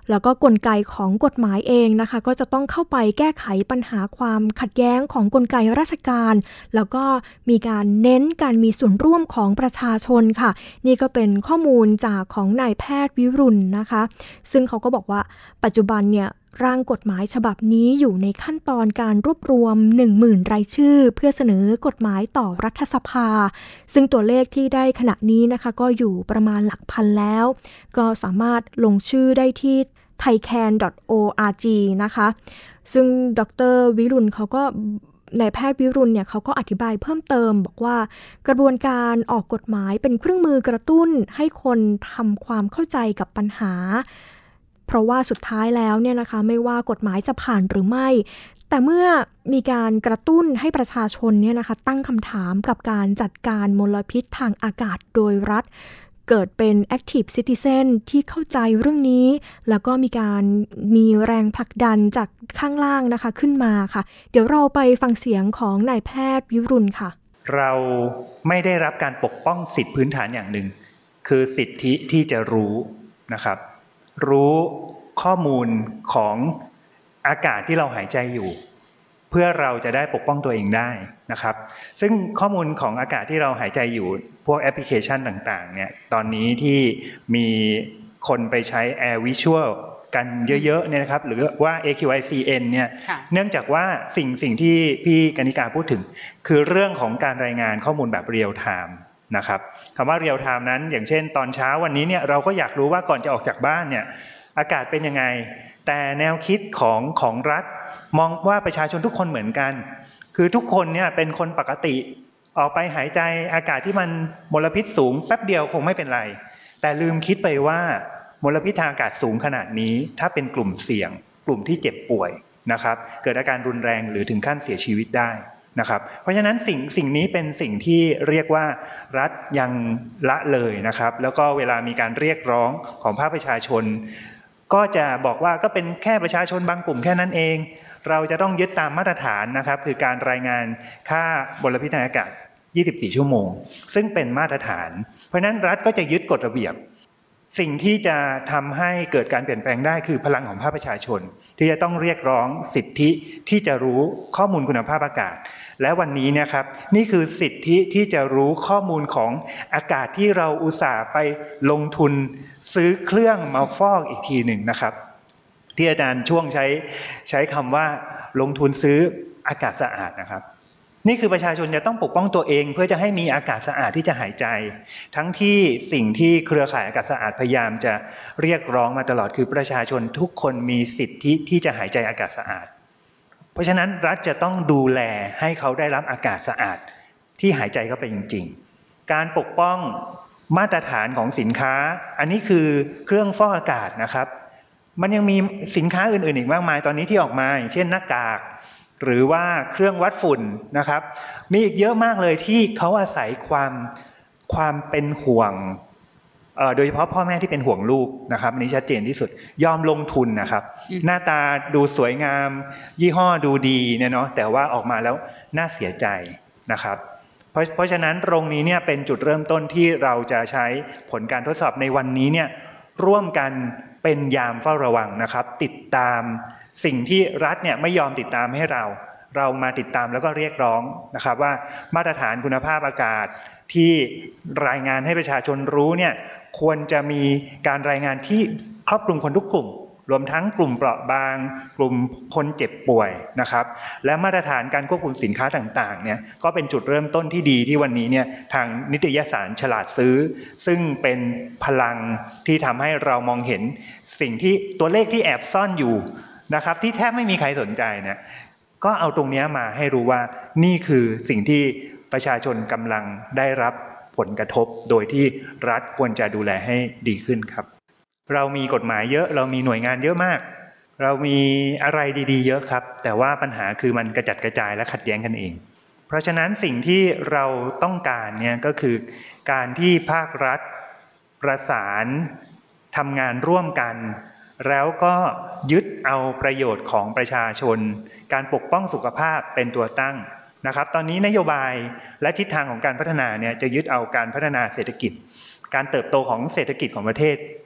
แล้วก็กลไกของกฎหมายเองนะคะก็จะต้องเข้าไปแก้ไขปัญหาความขัดแย้งของกลไกราชการแล้วก็มีการเน้นการมีส่วนร่วมของประชาชนค่ะนี่ก็เป็นข้อมูลจากของนายแพทย์วิรุณนะคะซึ่งเขาก็บอกว่าปัจจุบันเนี่ยร่างกฎหมายฉบับนี้อยู่ในขั้นตอนการรวบรวม หนึ่งหมื่น รายชื่อเพื่อเสนอกฎหมายต่อรัฐสภาซึ่งตัวเลขที่ได้ขณะนี้นะคะก็อยู่ประมาณหลักพันแล้วก็สามารถลงชื่อได้ที่ ไทยแคน ดอท โอ อาร์ จี นะคะซึ่งดร.วิรุณเขาก็นายแพทย์วิรุณเนี่ยเขาก็อธิบายเพิ่มเติมบอกว่ากระบวนการออกกฎหมายเป็นเครื่องมือกระตุ้นให้คนทำความเข้าใจกับปัญหาเพราะว่าสุดท้ายแล้วเนี่ยนะคะไม่ว่ากฎหมายจะผ่านหรือไม่แต่เมื่อมีการกระตุ้นให้ประชาชนเนี่ยนะคะตั้งคำถามกับการจัดการมลพิษทางอากาศโดยรัฐเกิดเป็น Active Citizen ที่เข้าใจเรื่องนี้แล้วก็มีการมีแรงผลักดันจากข้างล่างนะคะขึ้นมาค่ะเดี๋ยวเราไปฟังเสียงของนายแพทย์วิรุณค่ะเราไม่ได้รับการปกป้องสิทธิพื้นฐานอย่างหนึ่งคือสิทธิที่จะรู้นะครับรู้ข้อมูลของอากาศที่เราหายใจอยู่เพื่อเราจะได้ปกป้องตัวเองได้นะครับซึ่งข้อมูลของอากาศที่เราหายใจอยู่พวกแอปพลิเคชันต่างๆเนี่ยตอนนี้ที่มีคนไปใช้ Air Visual กันเยอะๆเนี่ยนะครับหรือว่า เอ คิว ไอ ซี เอ็น เนี่ยเนื่องจากว่าสิ่งสิ่งที่พี่กนิกาพูดถึงคือเรื่องของการรายงานข้อมูลแบบเรียลไทม์นะครับคำว่าเรียลไทม์นั้นอย่างเช่นตอนเช้าวันนี้เนี่ยเราก็อยากรู้ว่าก่อนจะออกจากบ้านเนี่ยอากาศเป็นยังไงแต่แนวคิดของของรัฐมองว่าประชาชนทุกคนเหมือนกันคือทุกคนเนี่ยเป็นคนปกติออกไปหายใจอากาศที่มันมลพิษสูงแป๊บเดียวคงไม่เป็นไรแต่ลืมคิดไปว่ามลพิษทางอากาศสูงขนาดนี้ถ้าเป็นกลุ่มเสี่ยงกลุ่มที่เจ็บป่วยนะครับเกิดอาการรุนแรงหรือถึงขั้นเสียชีวิตได้นะครับเพราะฉะนั้นสิ่งสิ่งนี้เป็นสิ่งที่เรียกว่ารัฐยังละเลยนะครับแล้วก็เวลามีการเรียกร้องของภาคประชาชนก็จะบอกว่าก็เป็นแค่ประชาชนบางกลุ่มแค่นั้นเองเราจะต้องยึดตามมาตรฐานนะครับคือการรายงานค่ามลพิษทางอากาศยี่สิบสี่ชั่วโมงซึ่งเป็นมาตรฐานเพราะฉะนั้นรัฐก็จะยึดกฎระเบียบสิ่งที่จะทำให้เกิดการเปลี่ยนแปลงได้คือพลังของภาคประชาชนที่จะต้องเรียกร้องสิทธิที่จะรู้ข้อมูลคุณภาพอากาศและวันนี้นะครับนี่คือสิทธิที่จะรู้ข้อมูลของอากาศที่เราอุตส่าห์ไปลงทุนซื้อเครื่องมาฟอกอีกทีหนึ่งนะครับที่อาจารย์ช่วงใช้ใช้คำว่าลงทุนซื้ออากาศสะอาดนะครับนี่คือประชาชนจะต้องปกป้องตัวเองเพื่อจะให้มีอากาศสะอาดที่จะหายใจทั้งที่สิ่งที่เครือข่ายอากาศสะอาดพยายามจะเรียกร้องมาตลอดคือประชาชนทุกคนมีสิทธิที่จะหายใจอากาศสะอาดเพราะฉะนั้นรัฐจะต้องดูแลให้เขาได้รับอากาศสะอาดที่หายใจเข้าไปจริงๆการปกป้องมาตรฐานของสินค้าอันนี้คือเครื่องฟอกอากาศนะครับมันยังมีสินค้าอื่นๆอีกมากมายตอนนี้ที่ออกมาอย่างเช่นหน้ากากหรือว่าเครื่องวัดฝุ่นนะครับมีอีกเยอะมากเลยที่เขาอาศัยความความเป็นห่วงโดยเฉพาะพ่อแม่ที่เป็นห่วงลูกนะครับอันนี้ชัดเจนที่สุดยอมลงทุนนะครับหน้าตาดูสวยงามยี่ห้อดูดีเนี่ยเนาะแต่ว่าออกมาแล้วน่าเสียใจนะครับเพราะเพราะฉะนั้นตรงนี้เนี่ยเป็นจุดเริ่มต้นที่เราจะใช้ผลการทดสอบในวันนี้เนี่ยร่วมกันเป็นยามเฝ้าระวังนะครับติดตามสิ่งที่รัฐเนี่ยไม่ยอมติดตามให้เราเรามาติดตามแล้วก็เรียกร้องนะครับว่ามาตรฐานคุณภาพอากาศที่รายงานให้ประชาชนรู้เนี่ยควรจะมีการรายงานที่ครอบคลุมคนทุกกลุ่มรวมทั้งกลุ่มเปราะบางกลุ่มคนเจ็บป่วยนะครับและมาตรฐานการควบคุมสินค้าต่างๆเนี่ยก็เป็นจุดเริ่มต้นที่ดีที่วันนี้เนี่ยทางนิตยสารฉลาดซื้อซึ่งเป็นพลังที่ทำให้เรามองเห็นสิ่งที่ตัวเลขที่แอบซ่อนอยู่นะครับที่แทบไม่มีใครสนใจเนี่ยก็เอาตรงนี้มาให้รู้ว่านี่คือสิ่งที่ประชาชนกำลังได้รับผลกระทบโดยที่รัฐควรจะดูแลให้ดีขึ้นครับเรามีกฎหมายเยอะเรามีหน่วยงานเยอะมากเรามีอะไรดีๆเยอะครับแต่ว่าปัญหาคือมันกระจัดกระจายและขัดแย้งกันเองเพราะฉะนั้นสิ่งที่เราต้องการเนี่ยก็คือการที่ภาครัฐประสานทำงานร่วมกันแล้วก็ยึดเอาประโยชน์ของประชาชนการปกป้องสุขภาพเป็นตัวตั้งนะครับตอนนี้นโยบายและทิศทางของการพัฒนาเนี่ยจะยึดเอาการพัฒนาเศรษฐกิจการเติบโตของเศรษฐกิจของประเทศ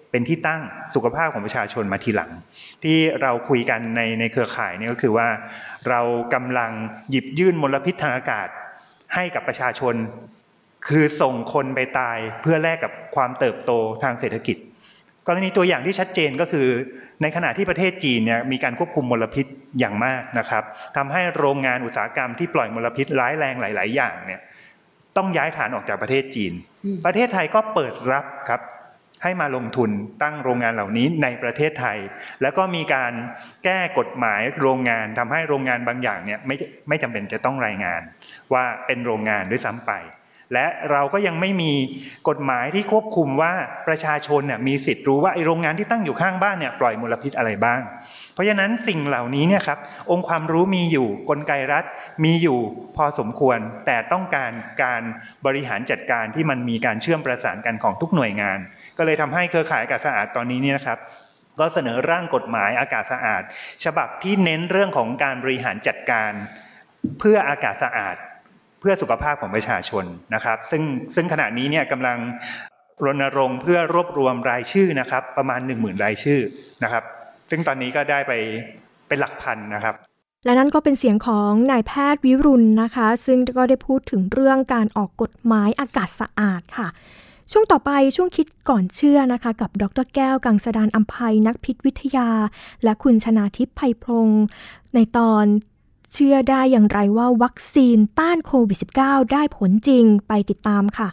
เป็นที่ตั้งสุขภาพของประชาชนมาทีหลังที่เราคุยกันในในเครือข่ายนี่ก็คือว่าเรากำลังหยิบยื่นมลพิษทางอากาศให้กับประชาชนคือส่งคนไปตายเพื่อแลกกับความเติบโตทางเศรษฐกิจกรณีตัวอย่างที่ชัดเจนก็คือในขณะที่ประเทศจีนเนี่ยมีการควบคุมมลพิษอย่างมากนะครับทำให้โรงงานอุตสาหกรรมที่ปล่อยมลพิษร้ายแรงหลายๆอย่างเนี่ยต้องย้ายฐานออกจากประเทศจีนประเทศไทยก็เปิดรับครับให้มาลงทุนตั้งโรงงานเหล่านี้ในประเทศไทยแล้วก็มีการแก้กฎหมายโรงงานทำให้โรงงานบางอย่างเนี่ยไม่ไม่จำเป็นจะต้องรายงานว่าเป็นโรงงานด้วยซ้ำไปและเราก็ยังไม่มีกฎหมายที่ควบคุมว่าประชาชนเนี่ยมีสิทธิ์รู้ว่าไอ้โรงงานที่ตั้งอยู่ข้างบ้านเนี่ยปล่อยมลพิษอะไรบ้างเพราะฉะนั้นสิ่งเหล่านี้เนี่ยครับองค์ความรู้มีอยู่กลไกรัฐมีอยู่พอสมควรแต่ต้องการการบริหารจัดการที่มันมีการเชื่อมประสานกันของทุกหน่วยงานก็เลยทำให้เครือข่ายอากาศสะอาดตอนนี้เนี่ยนะครับก็เสนอร่างกฎหมายอากาศสะอาดฉบับที่เน้นเรื่องของการบริหารจัดการเพื่ออากาศสะอาดเพื่อสุขภาพของประชาชนนะครับซึ่งซึ่งขณะนี้เนี่ยกำลังรณรงค์เพื่อรวบรวมรายชื่อนะครับประมาณ หนึ่งหมื่น รายชื่อนะครับซึ่งตอนนี้ก็ได้ไปเป็นหลักพันนะครับและนั่นก็เป็นเสียงของนายแพทย์วิรุณนะคะซึ่งก็ได้พูดถึงเรื่องการออกกฎหมายอากาศสะอาดค่ะช่วงต่อไปช่วงคิดก่อนเชื่อนะคะกับดร.แก้วกังสดาลอำไพนักพิษวิทยาและคุณชนาทิพย์ไพพงศ์ในตอนเชื่อได้อย่างไรว่าวัคซีนต้านโควิด สิบเก้า ได้ผลจริงไปติดตามค่ะ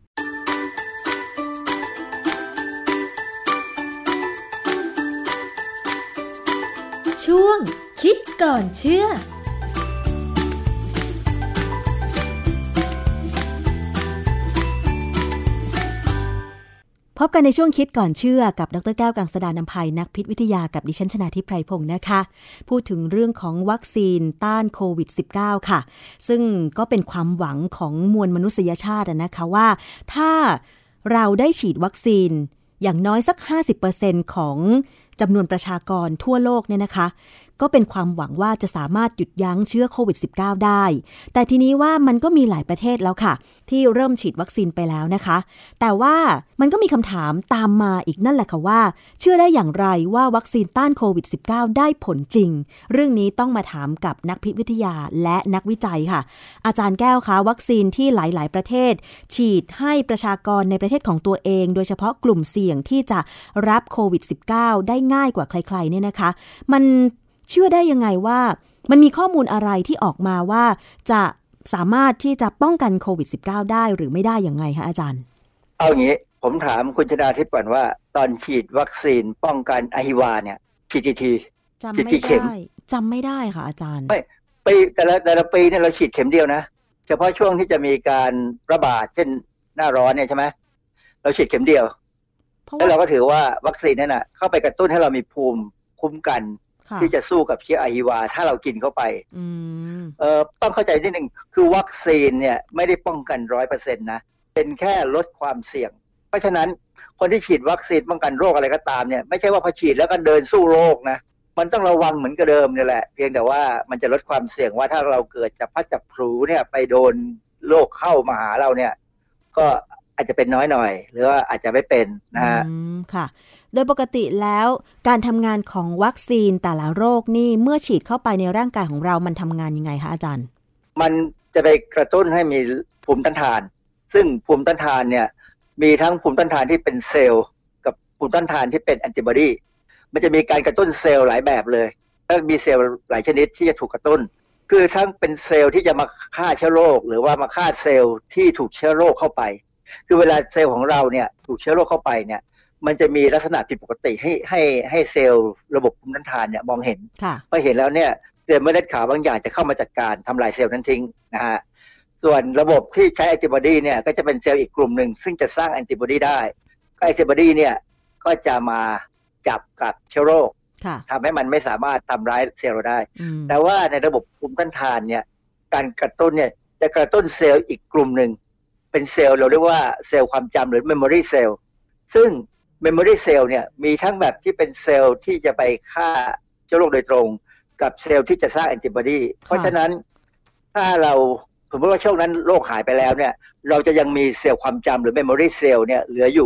ช่วงคิดก่อนเชื่อพบกันในช่วงคิดก่อนเชื่อกับดร.แก้วกังสดาลอำไพนักพิษวิทยากับดิฉันชนาทิพย์ไพพงศ์นะคะพูดถึงเรื่องของวัคซีนต้านโควิด สิบเก้า ค่ะซึ่งก็เป็นความหวังของมวลมนุษยชาตินะคะว่าถ้าเราได้ฉีดวัคซีนอย่างน้อยสัก ห้าสิบเปอร์เซ็นต์ ของจำนวนประชากรทั่วโลกเนี่ยนะคะก็เป็นความหวังว่าจะสามารถหยุดยั้งเชื้อโควิด สิบเก้า ได้แต่ทีนี้ว่ามันก็มีหลายประเทศแล้วค่ะที่เริ่มฉีดวัคซีนไปแล้วนะคะแต่ว่ามันก็มีคำถามตามมาอีกนั่นแหละค่ะว่าเชื่อได้อย่างไรว่าวัคซีนต้านโควิด สิบเก้า ได้ผลจริงเรื่องนี้ต้องมาถามกับนักพิษวิทยาและนักวิจัยค่ะอาจารย์แก้วคะวัคซีนที่หลายๆประเทศฉีดให้ประชากรในประเทศของตัวเองโดยเฉพาะกลุ่มเสี่ยงที่จะรับโควิด สิบเก้า ได้ง่ายกว่าใครๆเนี่ยนะคะมันเชื่อได้ยังไงว่ามันมีข้อมูลอะไรที่ออกมาว่าจะสามารถที่จะป้องกันโควิด สิบเก้า ได้หรือไม่ได้ยังไงคะอาจารย์เอาอย่างนี้ผมถามคุณชนาทิพย์ก่อนว่าตอนฉีดวัคซีนป้องกันอหิวาเนี่ยฉีดกี่ทีจำไม่ได้จำไม่ได้ค่ะอาจารย์ไม่ปีแต่ละแต่ละปีเนี่ยเราฉีดเข็มเดียวนะเฉพาะช่วงที่จะมีการระบาดเช่นหน้าร้อนเนี่ยใช่ไหมเราฉีดเข็มเดียวแล้วเราก็ถือว่าวัคซีนนั่นน่ะเข้าไปกระตุ้นให้เรามีภูมิคุ้มกันที่จะสู้กับเชื้ออหิวาถ้าเรากินเข้าไปเอ่อต้องเข้าใจนิดนึงคือวัคซีนเนี่ยไม่ได้ป้องกัน ร้อยเปอร์เซ็นต์ นะเป็นแค่ลดความเสี่ยงเพราะฉะนั้นคนที่ฉีดวัคซีนป้องกันโรคอะไรก็ตามเนี่ยไม่ใช่ว่าพอฉีดแล้วก็เดินสู้โรคนะมันต้องระวังเหมือนกับเดิมนี่แหละเพียงแต่ว่ามันจะลดความเสี่ยงว่าถ้าเราเกิดจะพัดจับพลูเนี่ยไปโดนโรคเข้ามาหาเราเนี่ยก็อาจจะเป็นน้อยหน่อยหรือว่าอาจจะไม่เป็นนะฮะค่ะโดยปกติแล้วการทำงานของวัคซีนแต่ละโรคนี่เมื่อฉีดเข้าไปในร่างกายของเรามันทำงานยังไงคะอาจารย์มันจะไปกระตุ้นให้มีภูมิต้านทานซึ่งภูมิต้านทานเนี่ยมีทั้งภูมิต้านทานที่เป็นเซลล์กับภูมิต้านทานที่เป็นแอนติบอดีมันจะมีการกระตุ้นเซลล์หลายแบบเลยแล้วมีเซลล์หลายชนิดที่จะถูกกระตุ้นคือทั้งเป็นเซลล์ที่จะมาฆ่าเชื้อโรคหรือว่ามาฆ่าเซลล์ที่ถูกเชื้อโรคเข้าไปคือเวลาเซลล์ของเราเนี่ยถูกเชื้อโรคเข้าไปเนี่ยมันจะมีลักษณะผิดปกติให้ให้ให้เซลล์ระบบภูมิต้านทานเนี่ยมองเห็นพอเห็นแล้วเนี่ยเซลล์เม็ดเลือดขาวบางอย่างจะเข้ามาจัดการทำลายเซลล์นั้นทิ้งนะฮะส่วนระบบที่ใช้แอนติบอดีเนี่ยก็จะเป็นเซลล์อีกกลุ่มหนึ่งซึ่งจะสร้างแอนติบอดีได้แอนติบอดีเนี่ยก็จะมาจับกับเชื้อโรคทำให้มันไม่สามารถทำร้ายเซลล์เราได้แต่ว่าในระบบภูมิต้านทานเนี่ยการกระตุ้นเนี่ยจะกระตุ้นเซลล์อีกกลุ่มหนึ่งเป็นเซลล์เราเรียกว่าเซลล์ความจำหรือ memory cell ซึ่ง memory cell เนี่ยมีทั้งแบบที่เป็นเซลล์ที่จะไปฆ่าเชื้อโรคโดยตรงกับเซลล์ที่จะสร้างแอนติบอดีเพราะฉะนั้นถ้าเราสมมติว่าช่วงนั้นโรคหายไปแล้วเนี่ยเราจะยังมีเซลล์ความจำหรือ memory cell เนี่ยเหลืออยู่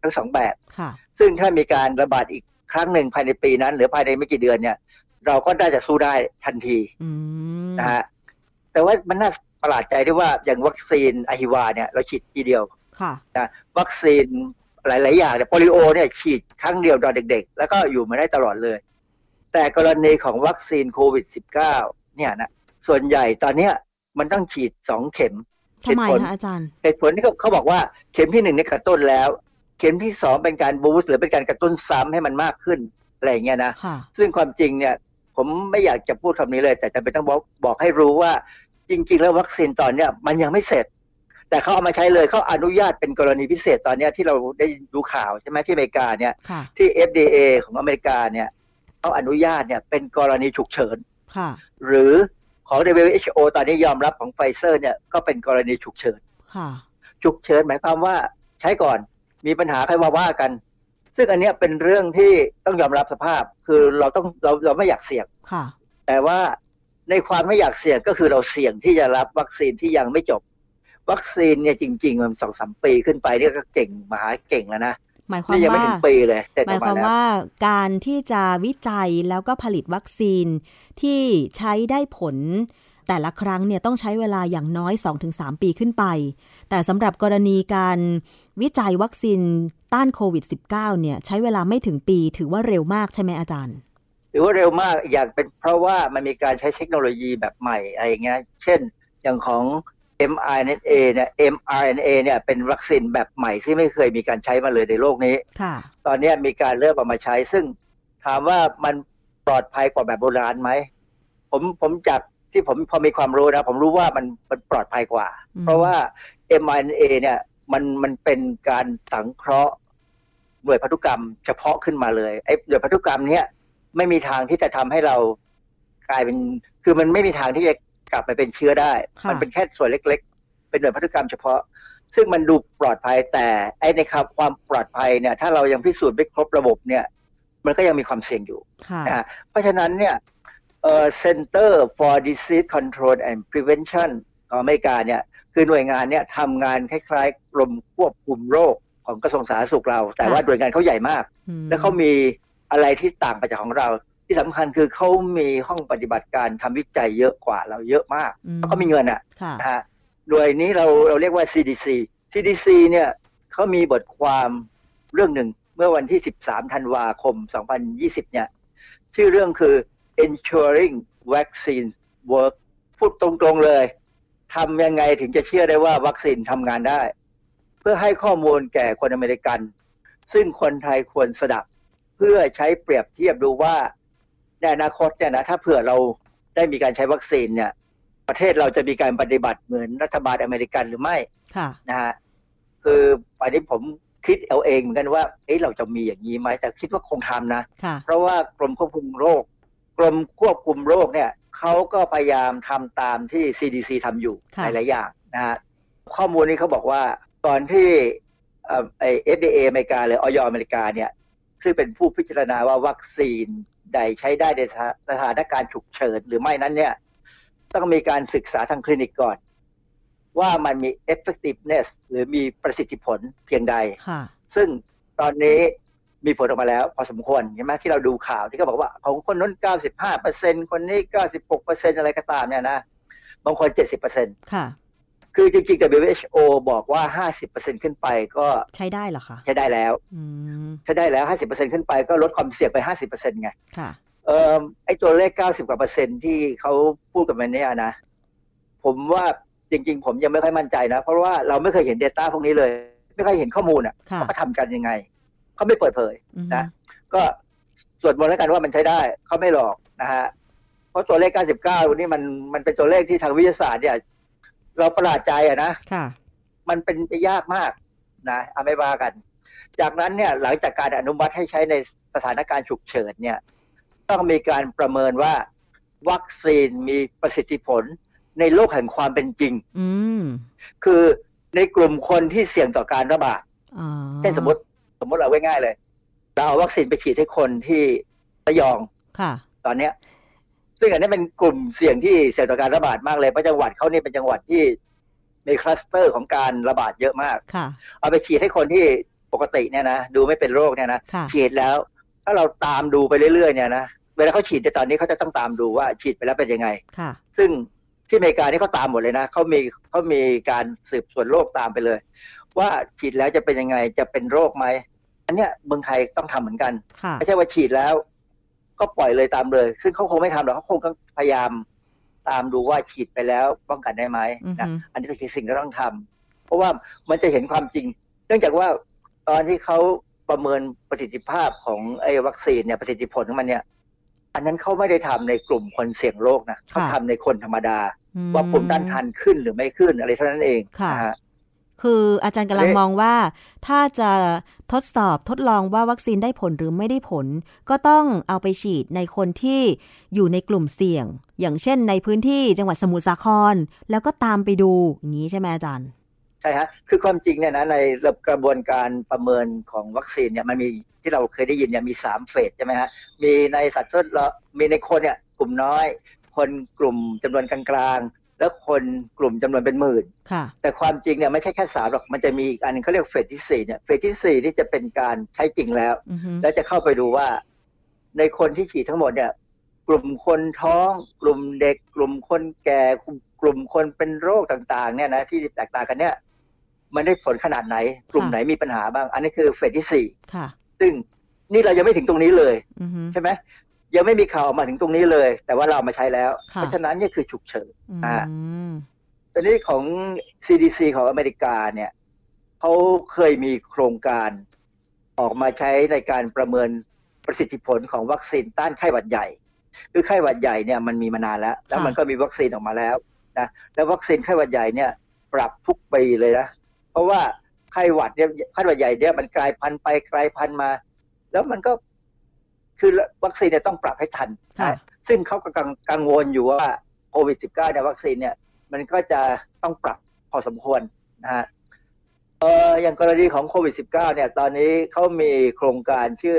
ทั้งสองแบบค่ะซึ่งถ้ามีการระบาดอีกครั้งหนึ่งภายในปีนั้นหรือภายในไม่กี่เดือนเนี่ยเราก็น่าจะสู้ได้ทันทีนะฮะแต่ว่ามันน่าประหลาดใจที่ว่าอย่างวัคซีนอะฮิวาเนี่ยเราฉีดทีเดียวนะวัคซีนหลายๆอย่างเนี่ยโปลิโอเนี่ยฉีดครั้งเดียวตอนเด็กๆแล้วก็อยู่มาได้ตลอดเลยแต่กรณีของวัคซีนโควิด สิบเก้า เนี่ยนะส่วนใหญ่ตอนเนี้ยมันต้องฉีดสองเข็มทำไมคะอาจารย์เหตุผลที่เขาบอกว่าเข็มที่หนึ่งเนี่ยกระตุ้นแล้วเข็มที่สองเป็นการบูสต์หรือเป็นการกระตุ้นซ้ำให้มันมากขึ้นอะไรอย่างเงี้ยนะซึ่งความจริงเนี่ยผมไม่อยากจะพูดคำนี้เลยแต่จำเป็นต้องบอกบอกให้รู้ว่าจริงๆแล้ววัคซีนตอนเนี้ยมันยังไม่เสร็จแต่เขาเอามาใช้เลยเขาอนุญาตเป็นกรณีพิเศษตอนนี้ที่เราได้ดูข่าวใช่ไหมที่อเมริกาเนี่ยที่ เอฟ ดี เอ ของอเมริกาเนี่ยเขาอนุญาตเนี่ยเป็นกรณีฉุกเฉินหรือของ ดับเบิลยู เอช โอ ตอนนี้ยอมรับของไฟเซอร์เนี่ยก็เป็นกรณีฉุกเฉินฉุกเฉินหมายความว่าใช้ก่อนมีปัญหาใครว่าว่ากันซึ่งอันนี้เป็นเรื่องที่ต้องยอมรับสภาพคือเราต้องเราเราไม่อยากเสี่ยงแต่ว่าในความไม่อยากเสี่ยงก็คือเราเสี่ยงที่จะรับวัคซีนที่ยังไม่จบวัคซีนเนี่ยจริงๆมันสองสามปีขึ้นไปนี่ก็เก่งมหาเก่งแล้วนะหมายความว่าหมายความว่าการที่จะวิจัยแล้วก็ผลิตวัคซีนที่ใช้ได้ผลแต่ละครั้งเนี่ยต้องใช้เวลาอย่างน้อย สองถึงสาม ปีขึ้นไปแต่สำหรับกรณีการวิจัยวัคซีนต้านโควิด สิบเก้า เนี่ยใช้เวลาไม่ถึงปีถือว่าเร็วมากใช่ไหมอาจารย์ถือว่าเร็วมากอย่างเป็นเพราะว่ามันมีการใช้เทคโนโลยีแบบใหม่อะไรอย่างเงี้ยเช่นอย่างของ เอ็ม อาร์ เอ็น เอ เนี่ย เอ็ม อาร์ เอ็น เอ เนี่ยเป็นวัคซีนแบบใหม่ที่ไม่เคยมีการใช้มาเลยในโลกนี้ตอนนี้มีการเริ่มเอามาใช้ซึ่งถามว่ามันปลอดภัยกว่าแบบโบราณไหมผมผมจากที่ผมพอมีความรู้นะผมรู้ว่ามันมันปลอดภัยกว่าเพราะว่า เอ็ม อาร์ เอ็น เอ เนี่ยมันมันเป็นการสังเคราะห์หน่วยพันธุกรรมเฉพาะขึ้นมาเลยไอ้หน่วยพันธุกรรมเนี้ยไม่มีทางที่จะทำให้เรากลายเป็นคือมันไม่มีทางที่จะกลับไปเป็นเชื้อได้มันเป็นแค่ส่วนเล็กๆเป็นหน่วยพันธุกรรมเฉพาะซึ่งมันดูปลอดภัยแต่ไอ้ในความปลอดภัยเนี่ยถ้าเรายังพิสูจน์ไม่ครบระบบเนี่ยมันก็ยังมีความเสี่ยงอยู่นะเพราะฉะนั้นเนี่ยเอ่อ Center for Disease Control and Prevention ของอเมริกาเนี่ยคือหน่วยงานเนี่ยทำงานคล้ายๆกรมควบคุมโรคของกระทรวงสาธารณสุขเราแต่ว่าหน่วยงานเขาใหญ่มากและเขามีอะไรที่ต่างไปจากของเราที่สำคัญคือเขามีห้องปฏิบัติการทำวิจัยเยอะกว่าเราเยอะมากแล้วก็มีเงินอ่ะนะฮะโดยนี้เราเราเรียกว่า ซี ดี ซี ซี ดี ซี เนี่ยเขามีบทความเรื่องหนึ่งเมื่อวันที่สิบสามธันวาคมสองพันยี่สิบเนี่ยชื่อเรื่องคือ ensuring vaccine work พูดตรงๆเลยทำยังไงถึงจะเชื่อได้ว่าวัคซีนทำงานได้เพื่อให้ข้อมูลแก่คนอเมริกันซึ่งคนไทยควรสดับเพื่อใช้เปรียบเทียบดูว่าในอนาคตเนี่ยนะถ้าเผื่อเราได้มีการใช้วัคซีนเนี่ยประเทศเราจะมีการปฏิบัติเหมือนรัฐบาลอเมริกันหรือไม่นะฮะคืออันนี้ผมคิดเอาเองเหมือนกันว่าเอ๊ะเราจะมีอย่างนี้ไหมแต่คิดว่าคงทำนะเพราะว่ากรมควบคุมโรคกรมควบคุมโรคเนี่ยเขาก็พยายามทำตามที่ ซี ดี ซี ทำอยู่หลายๆอย่างนะฮะข้อมูลนี้เขาบอกว่าตอนที่เอ่อไอ้ เอฟ ดี เอ อเมริกาหรือ อย.อเมริกาเนี่ยซึ่งเป็นผู้พิจารณาว่าวัคซีนใดใช้ได้ในสถานการณ์ฉุกเฉินหรือไม่นั้นเนี่ยต้องมีการศึกษาทางคลินิกก่อนว่ามันมี effectiveness หรือมีประสิทธิผลเพียงใดซึ่งตอนนี้มีผลออกมาแล้วพอสมควรใช่ไหมที่เราดูข่าวที่เขาบอกว่าของคนนั้น เก้าสิบห้าเปอร์เซ็นต์ คนนี้ เก้าสิบหกเปอร์เซ็นต์ อะไรก็ตามเนี่ยนะบางคน เจ็ดสิบเปอร์เซ็นต์ ค่ะคือจริงๆ ดับเบิลยู เอช โอ บอกว่า ห้าสิบเปอร์เซ็นต์ ขึ้นไปก็ใช้ได้เหรอคะใช้ได้แล้วใช้ได้แล้ว ห้าสิบเปอร์เซ็นต์ ขึ้นไปก็ลดความเสี่ยงไป ห้าสิบเปอร์เซ็นต์ ไงค่ะเอ่อไอ้ตัวเลขเก้าสิบกว่าเปอร์เซ็นต์ที่เขาพูดกันมาเนี่ยนะผมว่าจริงๆผมยังไม่ค่อยมั่นใจนะเพราะว่าเราไม่เคยเห็น data พวกนี้เลยไม่เคยเห็นข้อมูลอ่ะเขาทำกันยังไงเขาไม่เปิดเผยนะก็ส่วนบนแล้วกันว่ามันใช้ได้เขาไม่หลอกนะฮะเพราะตัวเลขเก้าสิบเก้านี่มันมันเป็นตัวเลขที่ทางวิทยาศาสตร์เนี่ยเราประหลาดใจอะนะมันเป็นไปยากมากนะเอาไม่ว่ากันจากนั้นเนี่ยหลังจากการอนุมัติให้ใช้ในสถานการณ์ฉุกเฉินเนี่ยต้องมีการประเมินว่าวัคซีนมีประสิทธิผลในโลกแห่งความเป็นจริงคือในกลุ่มคนที่เสี่ยงต่อการระบาดเช่นสมมติสมมติเอาไว้ง่ายเลยเราเอาวัคซีนไปฉีดให้คนที่ระยองตอนเนี้ยซึ่งอันนี้เป็นกลุ่มเสี่ยงที่เสี่ยงต่อการระบาดมากเลยเพราะจังหวัดเขานี่เป็นจังหวัดที่มีคลัสเตอร์ของการระบาดเยอะมากเอาไปฉีดให้คนที่ปปกติเนี่ยนะดูไม่เป็นโรคเนี่ยนะฉีดแล้วถ้าเราตามดูไปเรื่อยๆเนี่ยนะเวลาเขาฉีดในตอนนี้เขาจะต้องตามดูว่าฉีดไปแล้วเป็นยังไงซึ่งที่อเมริกานี่เขาตามหมดเลยนะเขามีเขามีการสืบสวนโรคตามไปเลยว่าฉีดแล้วจะเป็นยังไงจะเป็นโรคไหมอันเนี้ยเมืองไทยต้องทำเหมือนกันไม่ใช่ว่าฉีดแล้วก็ปล่อยเลยตามเลยซึ่งเขาคงไม่ทำหรอกเขาคงต้องพยายามตามดูว่าฉีดไปแล้วป้องกันได้ไหมนะอันนี้คือสิ่งที่ต้องทำเพราะว่ามันจะเห็นความจริงเนื่องจากว่าตอนที่เขาประเมินประสิทธิภาพของไอ้วัคซีนเนี่ยประสิทธิผลของมันเนี่ยอันนั้นเขาไม่ได้ทำในกลุ่มคนเสี่ยงโรคนะเขาทำในคนธรรมดาว่าภูมิต้านทานขึ้นหรือไม่ขึ้นอะไรเท่านั้นเองนะฮะคืออาจารย์กำลังมองว่าถ้าจะทดสอบทดลองว่าวัคซีนได้ผลหรือไม่ได้ผลก็ต้องเอาไปฉีดในคนที่อยู่ในกลุ่มเสี่ยงอย่างเช่นในพื้นที่จังหวัดสมุทรสาครแล้วก็ตามไปดูอย่างนี้ใช่ไหมอาจารย์ใช่ฮะคือความจริงเนี่ยนะในกระบวนการประเมินของวัคซีนเนี่ยมันมีที่เราเคยได้ยินเนี่ยมีสามเฟสใช่ไหมฮะมีในสัตว์ทดลองมีในคนเนี่ยกลุ่มน้อยคนกลุ่มจำนวนกลางๆแล้วคนกลุ่มจำนวนเป็นหมื่นแต่ความจริงเนี่ยไม่ใช่แค่สามหรอกมันจะมีอีกอันนึงเขาเรียกเฟสที่สี่เนี่ยเฟสที่สี่นี่จะเป็นการใช้จริงแล้ว uh-huh. แล้วจะเข้าไปดูว่าในคนที่ฉีดทั้งหมดเนี่ยกลุ่มคนท้องกลุ่มเด็กกลุ่มคนแก่กลุ่มคนเป็นโรคต่างๆเนี่ยนะที่แตกต่างกันเนี่ยมันได้ผลขนาดไหนกลุ่มไหนมีปัญหาบ้างอันนี้คือเฟสที่สี่ซึ่งนี่เรายังไม่ถึงตรงนี้เลย uh-huh. ใช่ไหมยังไม่มีข่าวออกมาถึงตรงนี้เลยแต่ว่าเรามาใช้แล้วเพราะฉะนั้นนี่คือฉุกเฉินอ่าตอนนี้ของ ซี ดี ซี ของอเมริกาเนี่ยเขาเคยมีโครงการออกมาใช้ในการประเมินประสิทธิผลของวัคซีนต้านไข้หวัดใหญ่คือไข้หวัดใหญ่เนี่ยมันมีมานานแล้วแล้วมันก็มีวัคซีนออกมาแล้วนะแล้ววัคซีนไข้หวัดใหญ่เนี่ยปรับทุกปีเลยนะเพราะว่าไข้หวัดเนี่ยไข้หวัดใหญ่เนี่ยมันกลายพันธุ์ไปกลายพันธุ์มาแล้วมันก็คือวัคซีนเนี่ยต้องปรับให้ทันนะซึ่งเขาก็กังวลอยู่ว่าโควิด สิบเก้า เนี่ยวัคซีนเนี่ยมันก็จะต้องปรับพอสมควรนะฮะเอ่ออย่างกรณีของโควิด สิบเก้า เนี่ยตอนนี้เขามีโครงการชื่อ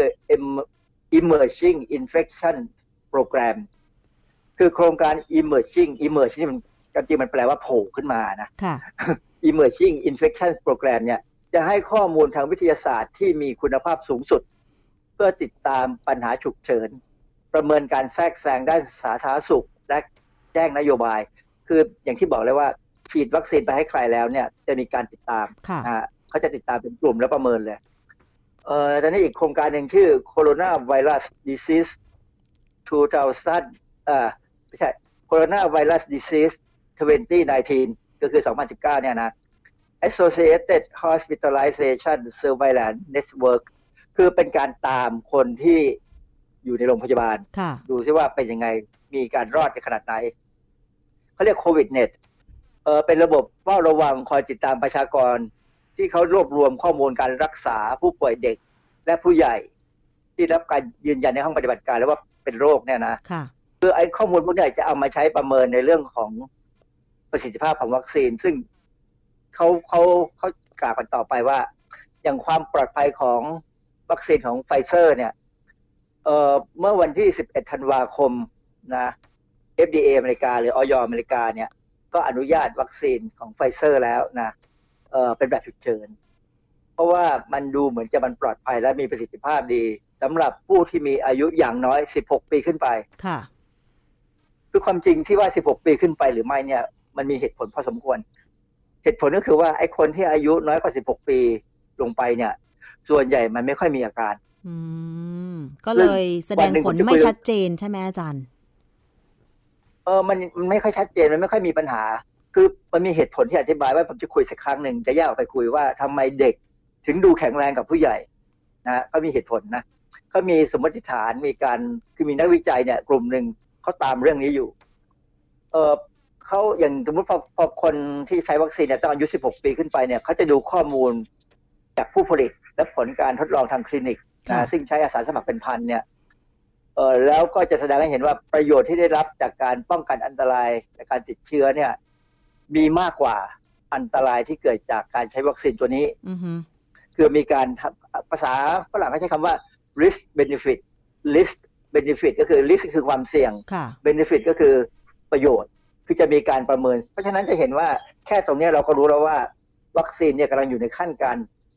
Emerging Infection Program คือโครงการ Emerging Emerging นี่มันจริงๆมันแปลว่าโผล่ขึ้นมานะ Emerging Infection Program เนี่ยจะให้ข้อมูลทางวิทยาศาสตร์ที่มีคุณภาพสูงสุดเพื่อติดตามปัญหาฉุกเฉินประเมินการแทรกแซงด้านสาธารณสุขและแจ้งนโยบายคืออย่างที่บอกเลยว่าฉีดวัคซีนไปให้ใครแล้วเนี่ยจะมีการติดตามอ่าเขาจะติดตามเป็นกลุ่มแล้วประเมินเลยเอ่อตอนนี้อีกโครงการหนึ่งชื่อ Coronavirus Disease สองพันเอ่อไม่ใช่ Coronavirus Disease ยี่สิบสิบเก้าก็คือสองพันสิบเก้าเนี่ยนะ Associated Hospitalization Surveillance Network คือเป็นการตามคนที่อยู่ในโรงพยาบาลดูซิว่าเป็นยังไงมีการรอดในขนาดไหนเขาเรียกโควิดเน็ตเออเป็นระบบเฝ้าระวังคอยติดตามประชากรที่เขารวบรวมข้อมูลการรักษาผู้ป่วยเด็กและผู้ใหญ่ที่รับการยืนยันในห้องปฏิบัติการแล้วว่าเป็นโรคเนี่ยนะคือไอ้ข้อมูลพวกนี้จะเอามาใช้ประเมินในเรื่องของประสิทธิภาพของวัคซีนซึ่งเขาเขาเขากล่าวกันต่อไปว่าอย่างความปลอดภัยของวัคซีนของไฟเซอร์เนี่ยเอ่อเมื่อวันที่สิบเอ็ดธันวาคมนะ เอฟ ดี เอ อเมริกาหรือ อย อเมริกาเนี่ยก็อนุญาตวัคซีนของไฟเซอร์แล้วนะเอ่อเป็นแบบฉุกเฉินเพราะว่ามันดูเหมือนจะมันปลอดภัยและมีประสิทธิภาพดีสำหรับผู้ที่มีอายุอย่างน้อยสิบหกปีขึ้นไปค่ะคือความจริงที่ว่าสิบหกปีขึ้นไปหรือไม่เนี่ยมันมีเหตุผลพอสมควรเหตุผลก็คือว่าไอ้คนที่อายุน้อยกว่าสิบหกปีลงไปเนี่ยส่วนใหญ่มันไม่ค่อยมีอาการอืมก็เลยแสดงผลไม่ชัดเจนใช่ไหมอาจารย์เออมันมันไม่ค่อยชัดเจนมันไม่ค่อยมีปัญหาคือมันมีเหตุผลที่อธิบายว่าผมจะคุยสักครั้งหนึ่งจะแยกออกไปคุยว่าทำไมเด็กถึงดูแข็งแรงกับผู้ใหญ่นะเขามีเหตุผลนะเขามีสมมติฐานมีการคือมีนักวิจัยเนี่ยกลุ่มหนึ่งเขาตามเรื่องนี้อยู่เออเขาอย่างสมมติพอพอคนที่ใช้วัคซีนเนี่ยต้องอายุสิบหกปีขึ้นไปเนี่ยเขาจะดูข้อมูลจากผู้ผลิตและผลการทดลองทางคลินิกนะซึ่งใช้อาสาสมัครเป็นพันเนี่ยเออแล้วก็จะแสดงให้เห็นว่าประโยชน์ที่ได้รับจากการป้องกันอันตรายในการติดเชื้อเนี่ยมีมากกว่าอันตรายที่เกิดจากการใช้วัคซีนตัวนี้ mm-hmm. คือมีการภาษาฝรั่งเขาใช้คำว่า risk benefit risk benefit ก็คือ risk คือความเสี่ยง benefit ก็คือประโยชน์คือจะมีการประเมินเพราะฉะนั้นจะเห็นว่าแค่ตรงนี้เราก็รู้แล้วว่าวัคซีนเนี่ยกำลังอยู่ในขั้นการ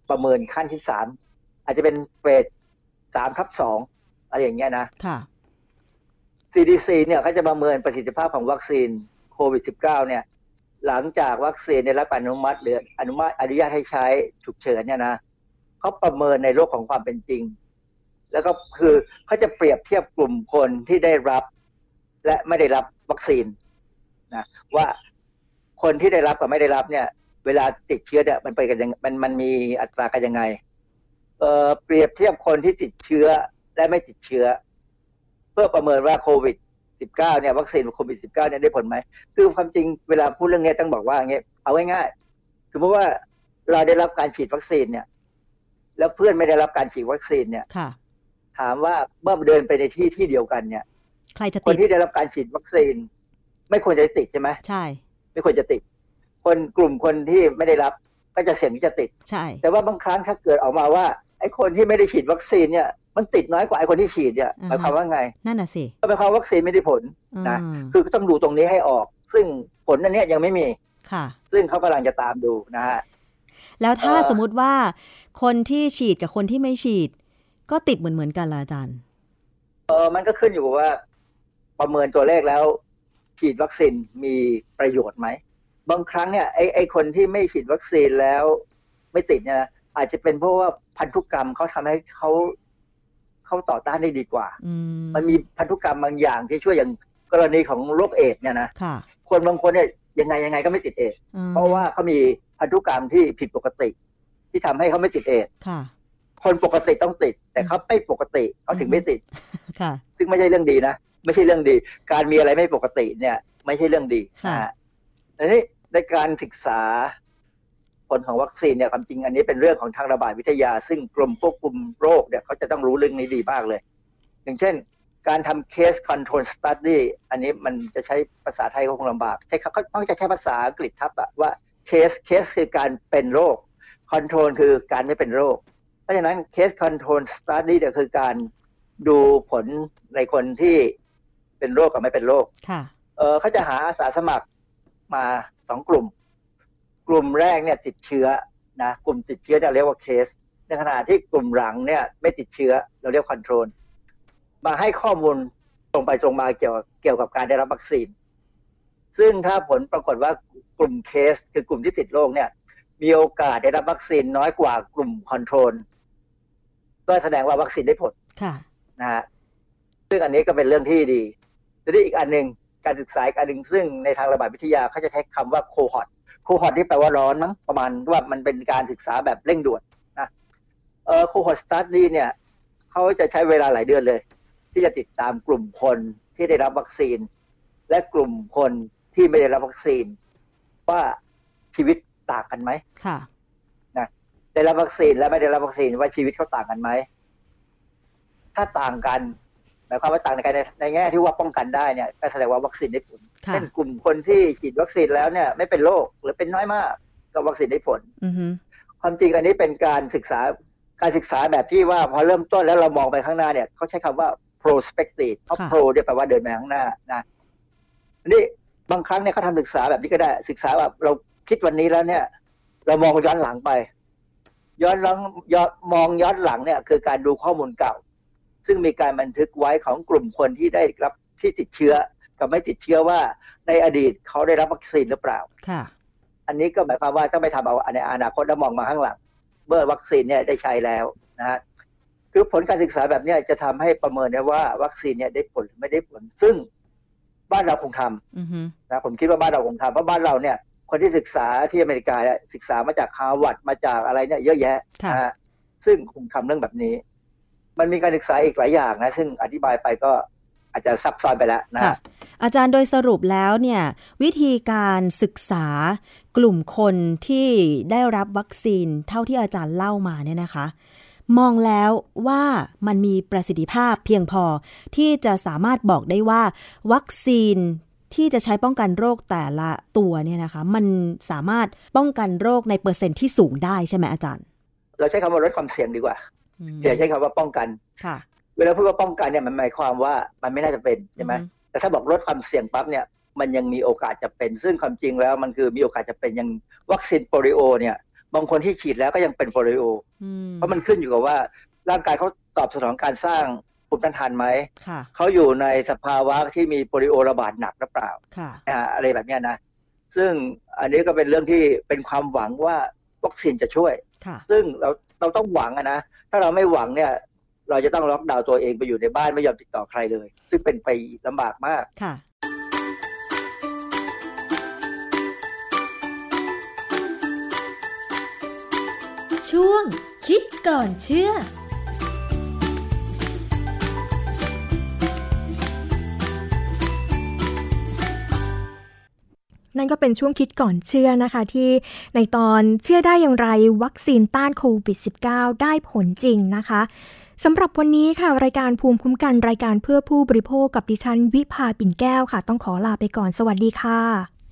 ประเมินขั้นที่สามอาจจะเป็นเฟสสามทับสองอะไรอย่างเงี้ยนะค่ะซี ดี ซี เนี่ยเขาจะประเมินประสิทธิภาพของวัคซีนโควิด สิบเก้า เนี่ยหลังจากวัคซีนได้รับอนุมัติหรืออนุมัติอนุญาตให้ใช้ฉุกเฉินเนี่ยนะเขาประเมินในโลกของความเป็นจริงแล้วก็คือเขาจะเปรียบเทียบกลุ่มคนที่ได้รับและไม่ได้รับวัคซีนนะว่าคนที่ได้รับกับไม่ได้รับเนี่ยเวลาติดเชื้อเนี่ยมันไปกันยังมันมันมีอัตรากันยังไงเอ่อเปรียบเทียบคนที่ติดเชื้อและไม่ติดเชื้อเพื่อประเมินว่าโควิด สิบเก้า เนี่ยวัคซีนโควิด สิบเก้า เนี่ยได้ผลไหมคือความจริงเวลาพูดเรื่องนี้ต้องบอกว่าอย่างเงี้ยเอาง่ายๆคือเพราะว่าเราได้รับการฉีดวัคซีนเนี่ยแล้วเพื่อนไม่ได้รับการฉีดวัคซีนเนี่ยถามว่าเมื่อเดินไปในที่ที่เดียวกันเนี่ยใครจะติดคนที่ได้รับการฉีดวัคซีนไม่ควรจะติดใช่ไหมใช่ไม่ควรจะติดคนกลุ่มคนที่ไม่ได้รับก็จะเสี่ยงที่จะติดใช่แต่ว่าบางครั้งถ้าเกิดออกมาว่าไอ้คนที่ไม่ได้ฉีดวัคซีนเนี่ยมันติดน้อยกว่าไอ้คนที่ฉีดเนี่ยหมายความว่าไงนั่นน่ะสิก็หมายความวัคซีนไม่ได้ผลนะคือต้องดูตรงนี้ให้ออกซึ่งผลอันนี้ยังไม่มีค่ะซึ่งเขากำลังจะตามดูนะฮะแล้วถ้าสมมุติว่าคนที่ฉีดกับคนที่ไม่ฉีดก็ติดเหมือนเหมือนกันล่ะอาจารย์เออมันก็ขึ้นอยู่กับว่าประเมินตัวเลขแล้วฉีดวัคซีนมีประโยชน์ไหมบางครั้งเนี่ยไอ้ไอ้คนที่ไม่ฉีดวัคซีนแล้วไม่ติดเนี่ยนะอาจจะเป็นเพราะว่าพันธุกรรมเขาทำให้เขาเขาต่อต้านได้ดีกว่ามันมีพันธุกรรมบางอย่างที่ช่วยอย่างกรณีของโรคเอดส์เนี่ยนะคนบางคนเนี่ยยังไงยังไงก็ไม่ติดเอดส์เพราะว่าเขามีพันธุกรรมที่ผิดปกติที่ทำให้เขาไม่ติดเอดส์คนปกติต้องติดแต่เขาไม่ปกติเขาถึงไม่ติดซึ่งไม่ใช่เรื่องดีนะไม่ใช่เรื่องดีการมีอะไรไม่ปกติเนี่ยไม่ใช่เรื่องดีนะฮะทีนี้ในการศึกษาผลของวัคซีนเนี่ยความจริงอันนี้เป็นเรื่องของทางระบาดวิทยาซึ่งกรมควบคุมโรคเนี่ยเขาจะต้องรู้เรื่องนี้ดีมากเลยอย่างเช่นการทำ case control study อันนี้มันจะใช้ภาษาไทยคงลำบากใช่เขาต้องจะใช้ภาษาอังกฤษทับอะว่า case case คือการเป็นโรค control คือการไม่เป็นโรคเพราะฉะนั้น case control study เนี่ยคือการดูผลในคนที่เป็นโรคกับไม่เป็นโรคเออเขาจะหาอาสาสมัครมาสองกลุ่มกลุ่มแรกเนี่ยติดเชื้อนะกลุ่มติดเชื้อเนี่ยเรียกว่าเคสในขณะที่กลุ่มหลังเนี่ยไม่ติดเชื้อเราเรียกคอนโทรลมาให้ข้อมูลตรงไปตรงมาเกี่ยวเกี่ยวกับการได้รับวัคซีนซึ่งถ้าผลปรากฏว่ากลุ่มเคสคือกลุ่มที่ติดโรคเนี่ยมีโอกาสได้รับวัคซีนน้อยกว่ากลุ่มคอนโทรลก็แสดงว่าวัคซีนได้ผลนะฮะซึ่งอันนี้ก็เป็นเรื่องที่ดีทีนี้อีกอันนึงการศึกษาอีกอันนึงซึ่งในทางระบาดวิทยาเขาจะใช้คำว่าโคฮอร์ตโคฮอร์ตที่แปลว่าร้อนมั้งประมาณว่ามันเป็นการศึกษาแบบเร่งด่วนนะเอ่อโคฮอร์ตสตั๊ดดี้เนี่ยเขาจะใช้เวลาหลายเดือนเลยที่จะติดตามกลุ่มคนที่ได้รับวัคซีนและกลุ่มคนที่ไม่ได้รับวัคซีนว่าชีวิตต่างกันไหมค่ะนะได้รับวัคซีนและไม่ได้รับวัคซีนว่าชีวิตเขาต่างกันไหมถ้าต่างกันหมายความว่าต่างกันในในแง่ที่ว่าป้องกันได้เนี่ยก็แสดงว่าวัคซีนได้ผลเช่นกลุ่มคนที่ฉีดวัคซีนแล้วเนี่ยไม่เป็นโรคหรือเป็นน้อยมากก็วัคซีนได้ผลความจริงอันนี้เป็นการศึกษาการศึกษาแบบที่ว่าพอเริ่มต้นแล้วเรามองไปข้างหน้าเนี่ยเขาใช้คำว่า prospective เพราะ pro เนี่ยแปลว่าเดินไปข้างหน้านะนี่บางครั้งเนี่ยเขาทำศึกษาแบบนี้ก็ได้ศึกษาแบบเราคิดวันนี้แล้วเนี่ยเรามองย้อนหลังไปย้อนหลังย้อนมองย้อนหลังเนี่ยคือการดูข้อมูลเก่าซึ่งมีการบันทึกไว้ของกลุ่มคนที่ได้รับที่ติดเชื้อกับไม่ติดเชื้อว่าในอดีตเขาได้รับวัคซีนหรือเปล่าค่ะอันนี้ก็หมายความว่าต้องไปทำเอาในอนาคตแล้วมองมาข้างหลังเมื่อวัคซีนเนี่ยได้ใช้แล้วนะฮะคือผลการศึกษาแบบนี้จะทำให้ประเมินได้ว่าวัคซีนเนี่ยได้ผลหรือไม่ได้ผลซึ่งบ้านเราคงทำนะผมคิดว่าบ้านเราคงทำเพราะบ้านเราเนี่ยคนที่ศึกษาที่อเมริกาศึกษามาจากฮาร์วาร์ดมาจากอะไรเนี่ยเยอะแยะนะฮะซึ่งคงทำเรื่องแบบนี้มันมีการศึกษาอีกหลายอย่างนะซึ่งอธิบายไปก็อาจจะซับซ้อนไปแล้วนะอาจารย์โดยสรุปแล้วเนี่ยวิธีการศึกษากลุ่มคนที่ได้รับวัคซีนเท่าที่อาจารย์เล่ามาเนี่ยนะคะมองแล้วว่ามันมีประสิทธิภาพเพียงพอที่จะสามารถบอกได้ว่าวัคซีนที่จะใช้ป้องกันโรคแต่ละตัวเนี่ยนะคะมันสามารถป้องกันโรคในเปอร์เซ็นต์ที่สูงได้ใช่ไหมอาจารย์เราใช้คำว่าลดความเสี่ยงดีกว่าอย่าใช้คำว่าป้องกันค่ะเวลาพูดว่าป้องกันเนี่ยมันหมายความว่ามันไม่น่าจะเป็นใช่ไหมแต่ถ้าบอกลดความเสี่ยงปั๊บเนี่ยมันยังมีโอกาสจะเป็นซึ่งความจริงแล้วมันคือมีโอกาสจะเป็นยังวัคซีนโปลิโอเนี่ยบางคนที่ฉีดแล้วก็ยังเป็นโปลิโอเพราะมันขึ้นอยู่กับว่าร่างกายเขาตอบสนองการสร้างภูมิต้านทานไหมเขาอยู่ในสภาวะที่มีโปลิโอระบาดหนักหรือเปล่าอะไรแบบนี้นะซึ่งอันนี้ก็เป็นเรื่องที่เป็นความหวังว่าวัคซีนจะช่วยซึ่งเราเราต้องหวังนะถ้าเราไม่หวังเนี่ยเราจะต้องล็อกดาวน์ตัวเองไปอยู่ในบ้านไม่ยอมติดต่อใครเลยซึ่งเป็นไปลำบากมากค่ะช่วงคิดก่อนเชื่อนั่นก็เป็นช่วงคิดก่อนเชื่อนะคะที่ในตอนเชื่อได้อย่างไรวัคซีนต้านโควิด สิบเก้า ได้ผลจริงนะคะสำหรับวันนี้ค่ะรายการภูมิคุ้มกันรายการเพื่อผู้บริโภคกับดิฉันวิภาปิ่นแก้วค่ะต้องขอลาไปก่อนสวัสดีค่ะ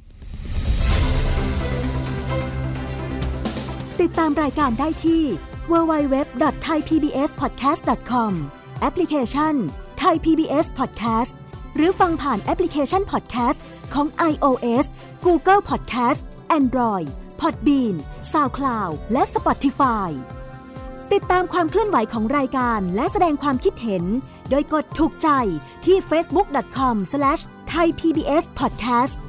ติดตามรายการได้ที่ ดับเบิลยู ดับเบิลยู ดับเบิลยู ดอท ไทย พี บี เอส พอดแคสต์ ดอท คอม แอปพลิเคชัน Thai พี บี เอส Podcast หรือฟังผ่านแอปพลิเคชัน Podcast ของ iOS Google Podcast Android Podbean SoundCloud และ Spotify ติดตามความเคลื่อนไหวของรายการและแสดงความคิดเห็นโดยกดถูกใจที่ เฟซบุ๊ก ดอท คอม สแลช ไทย พี บี เอส พอดแคสต์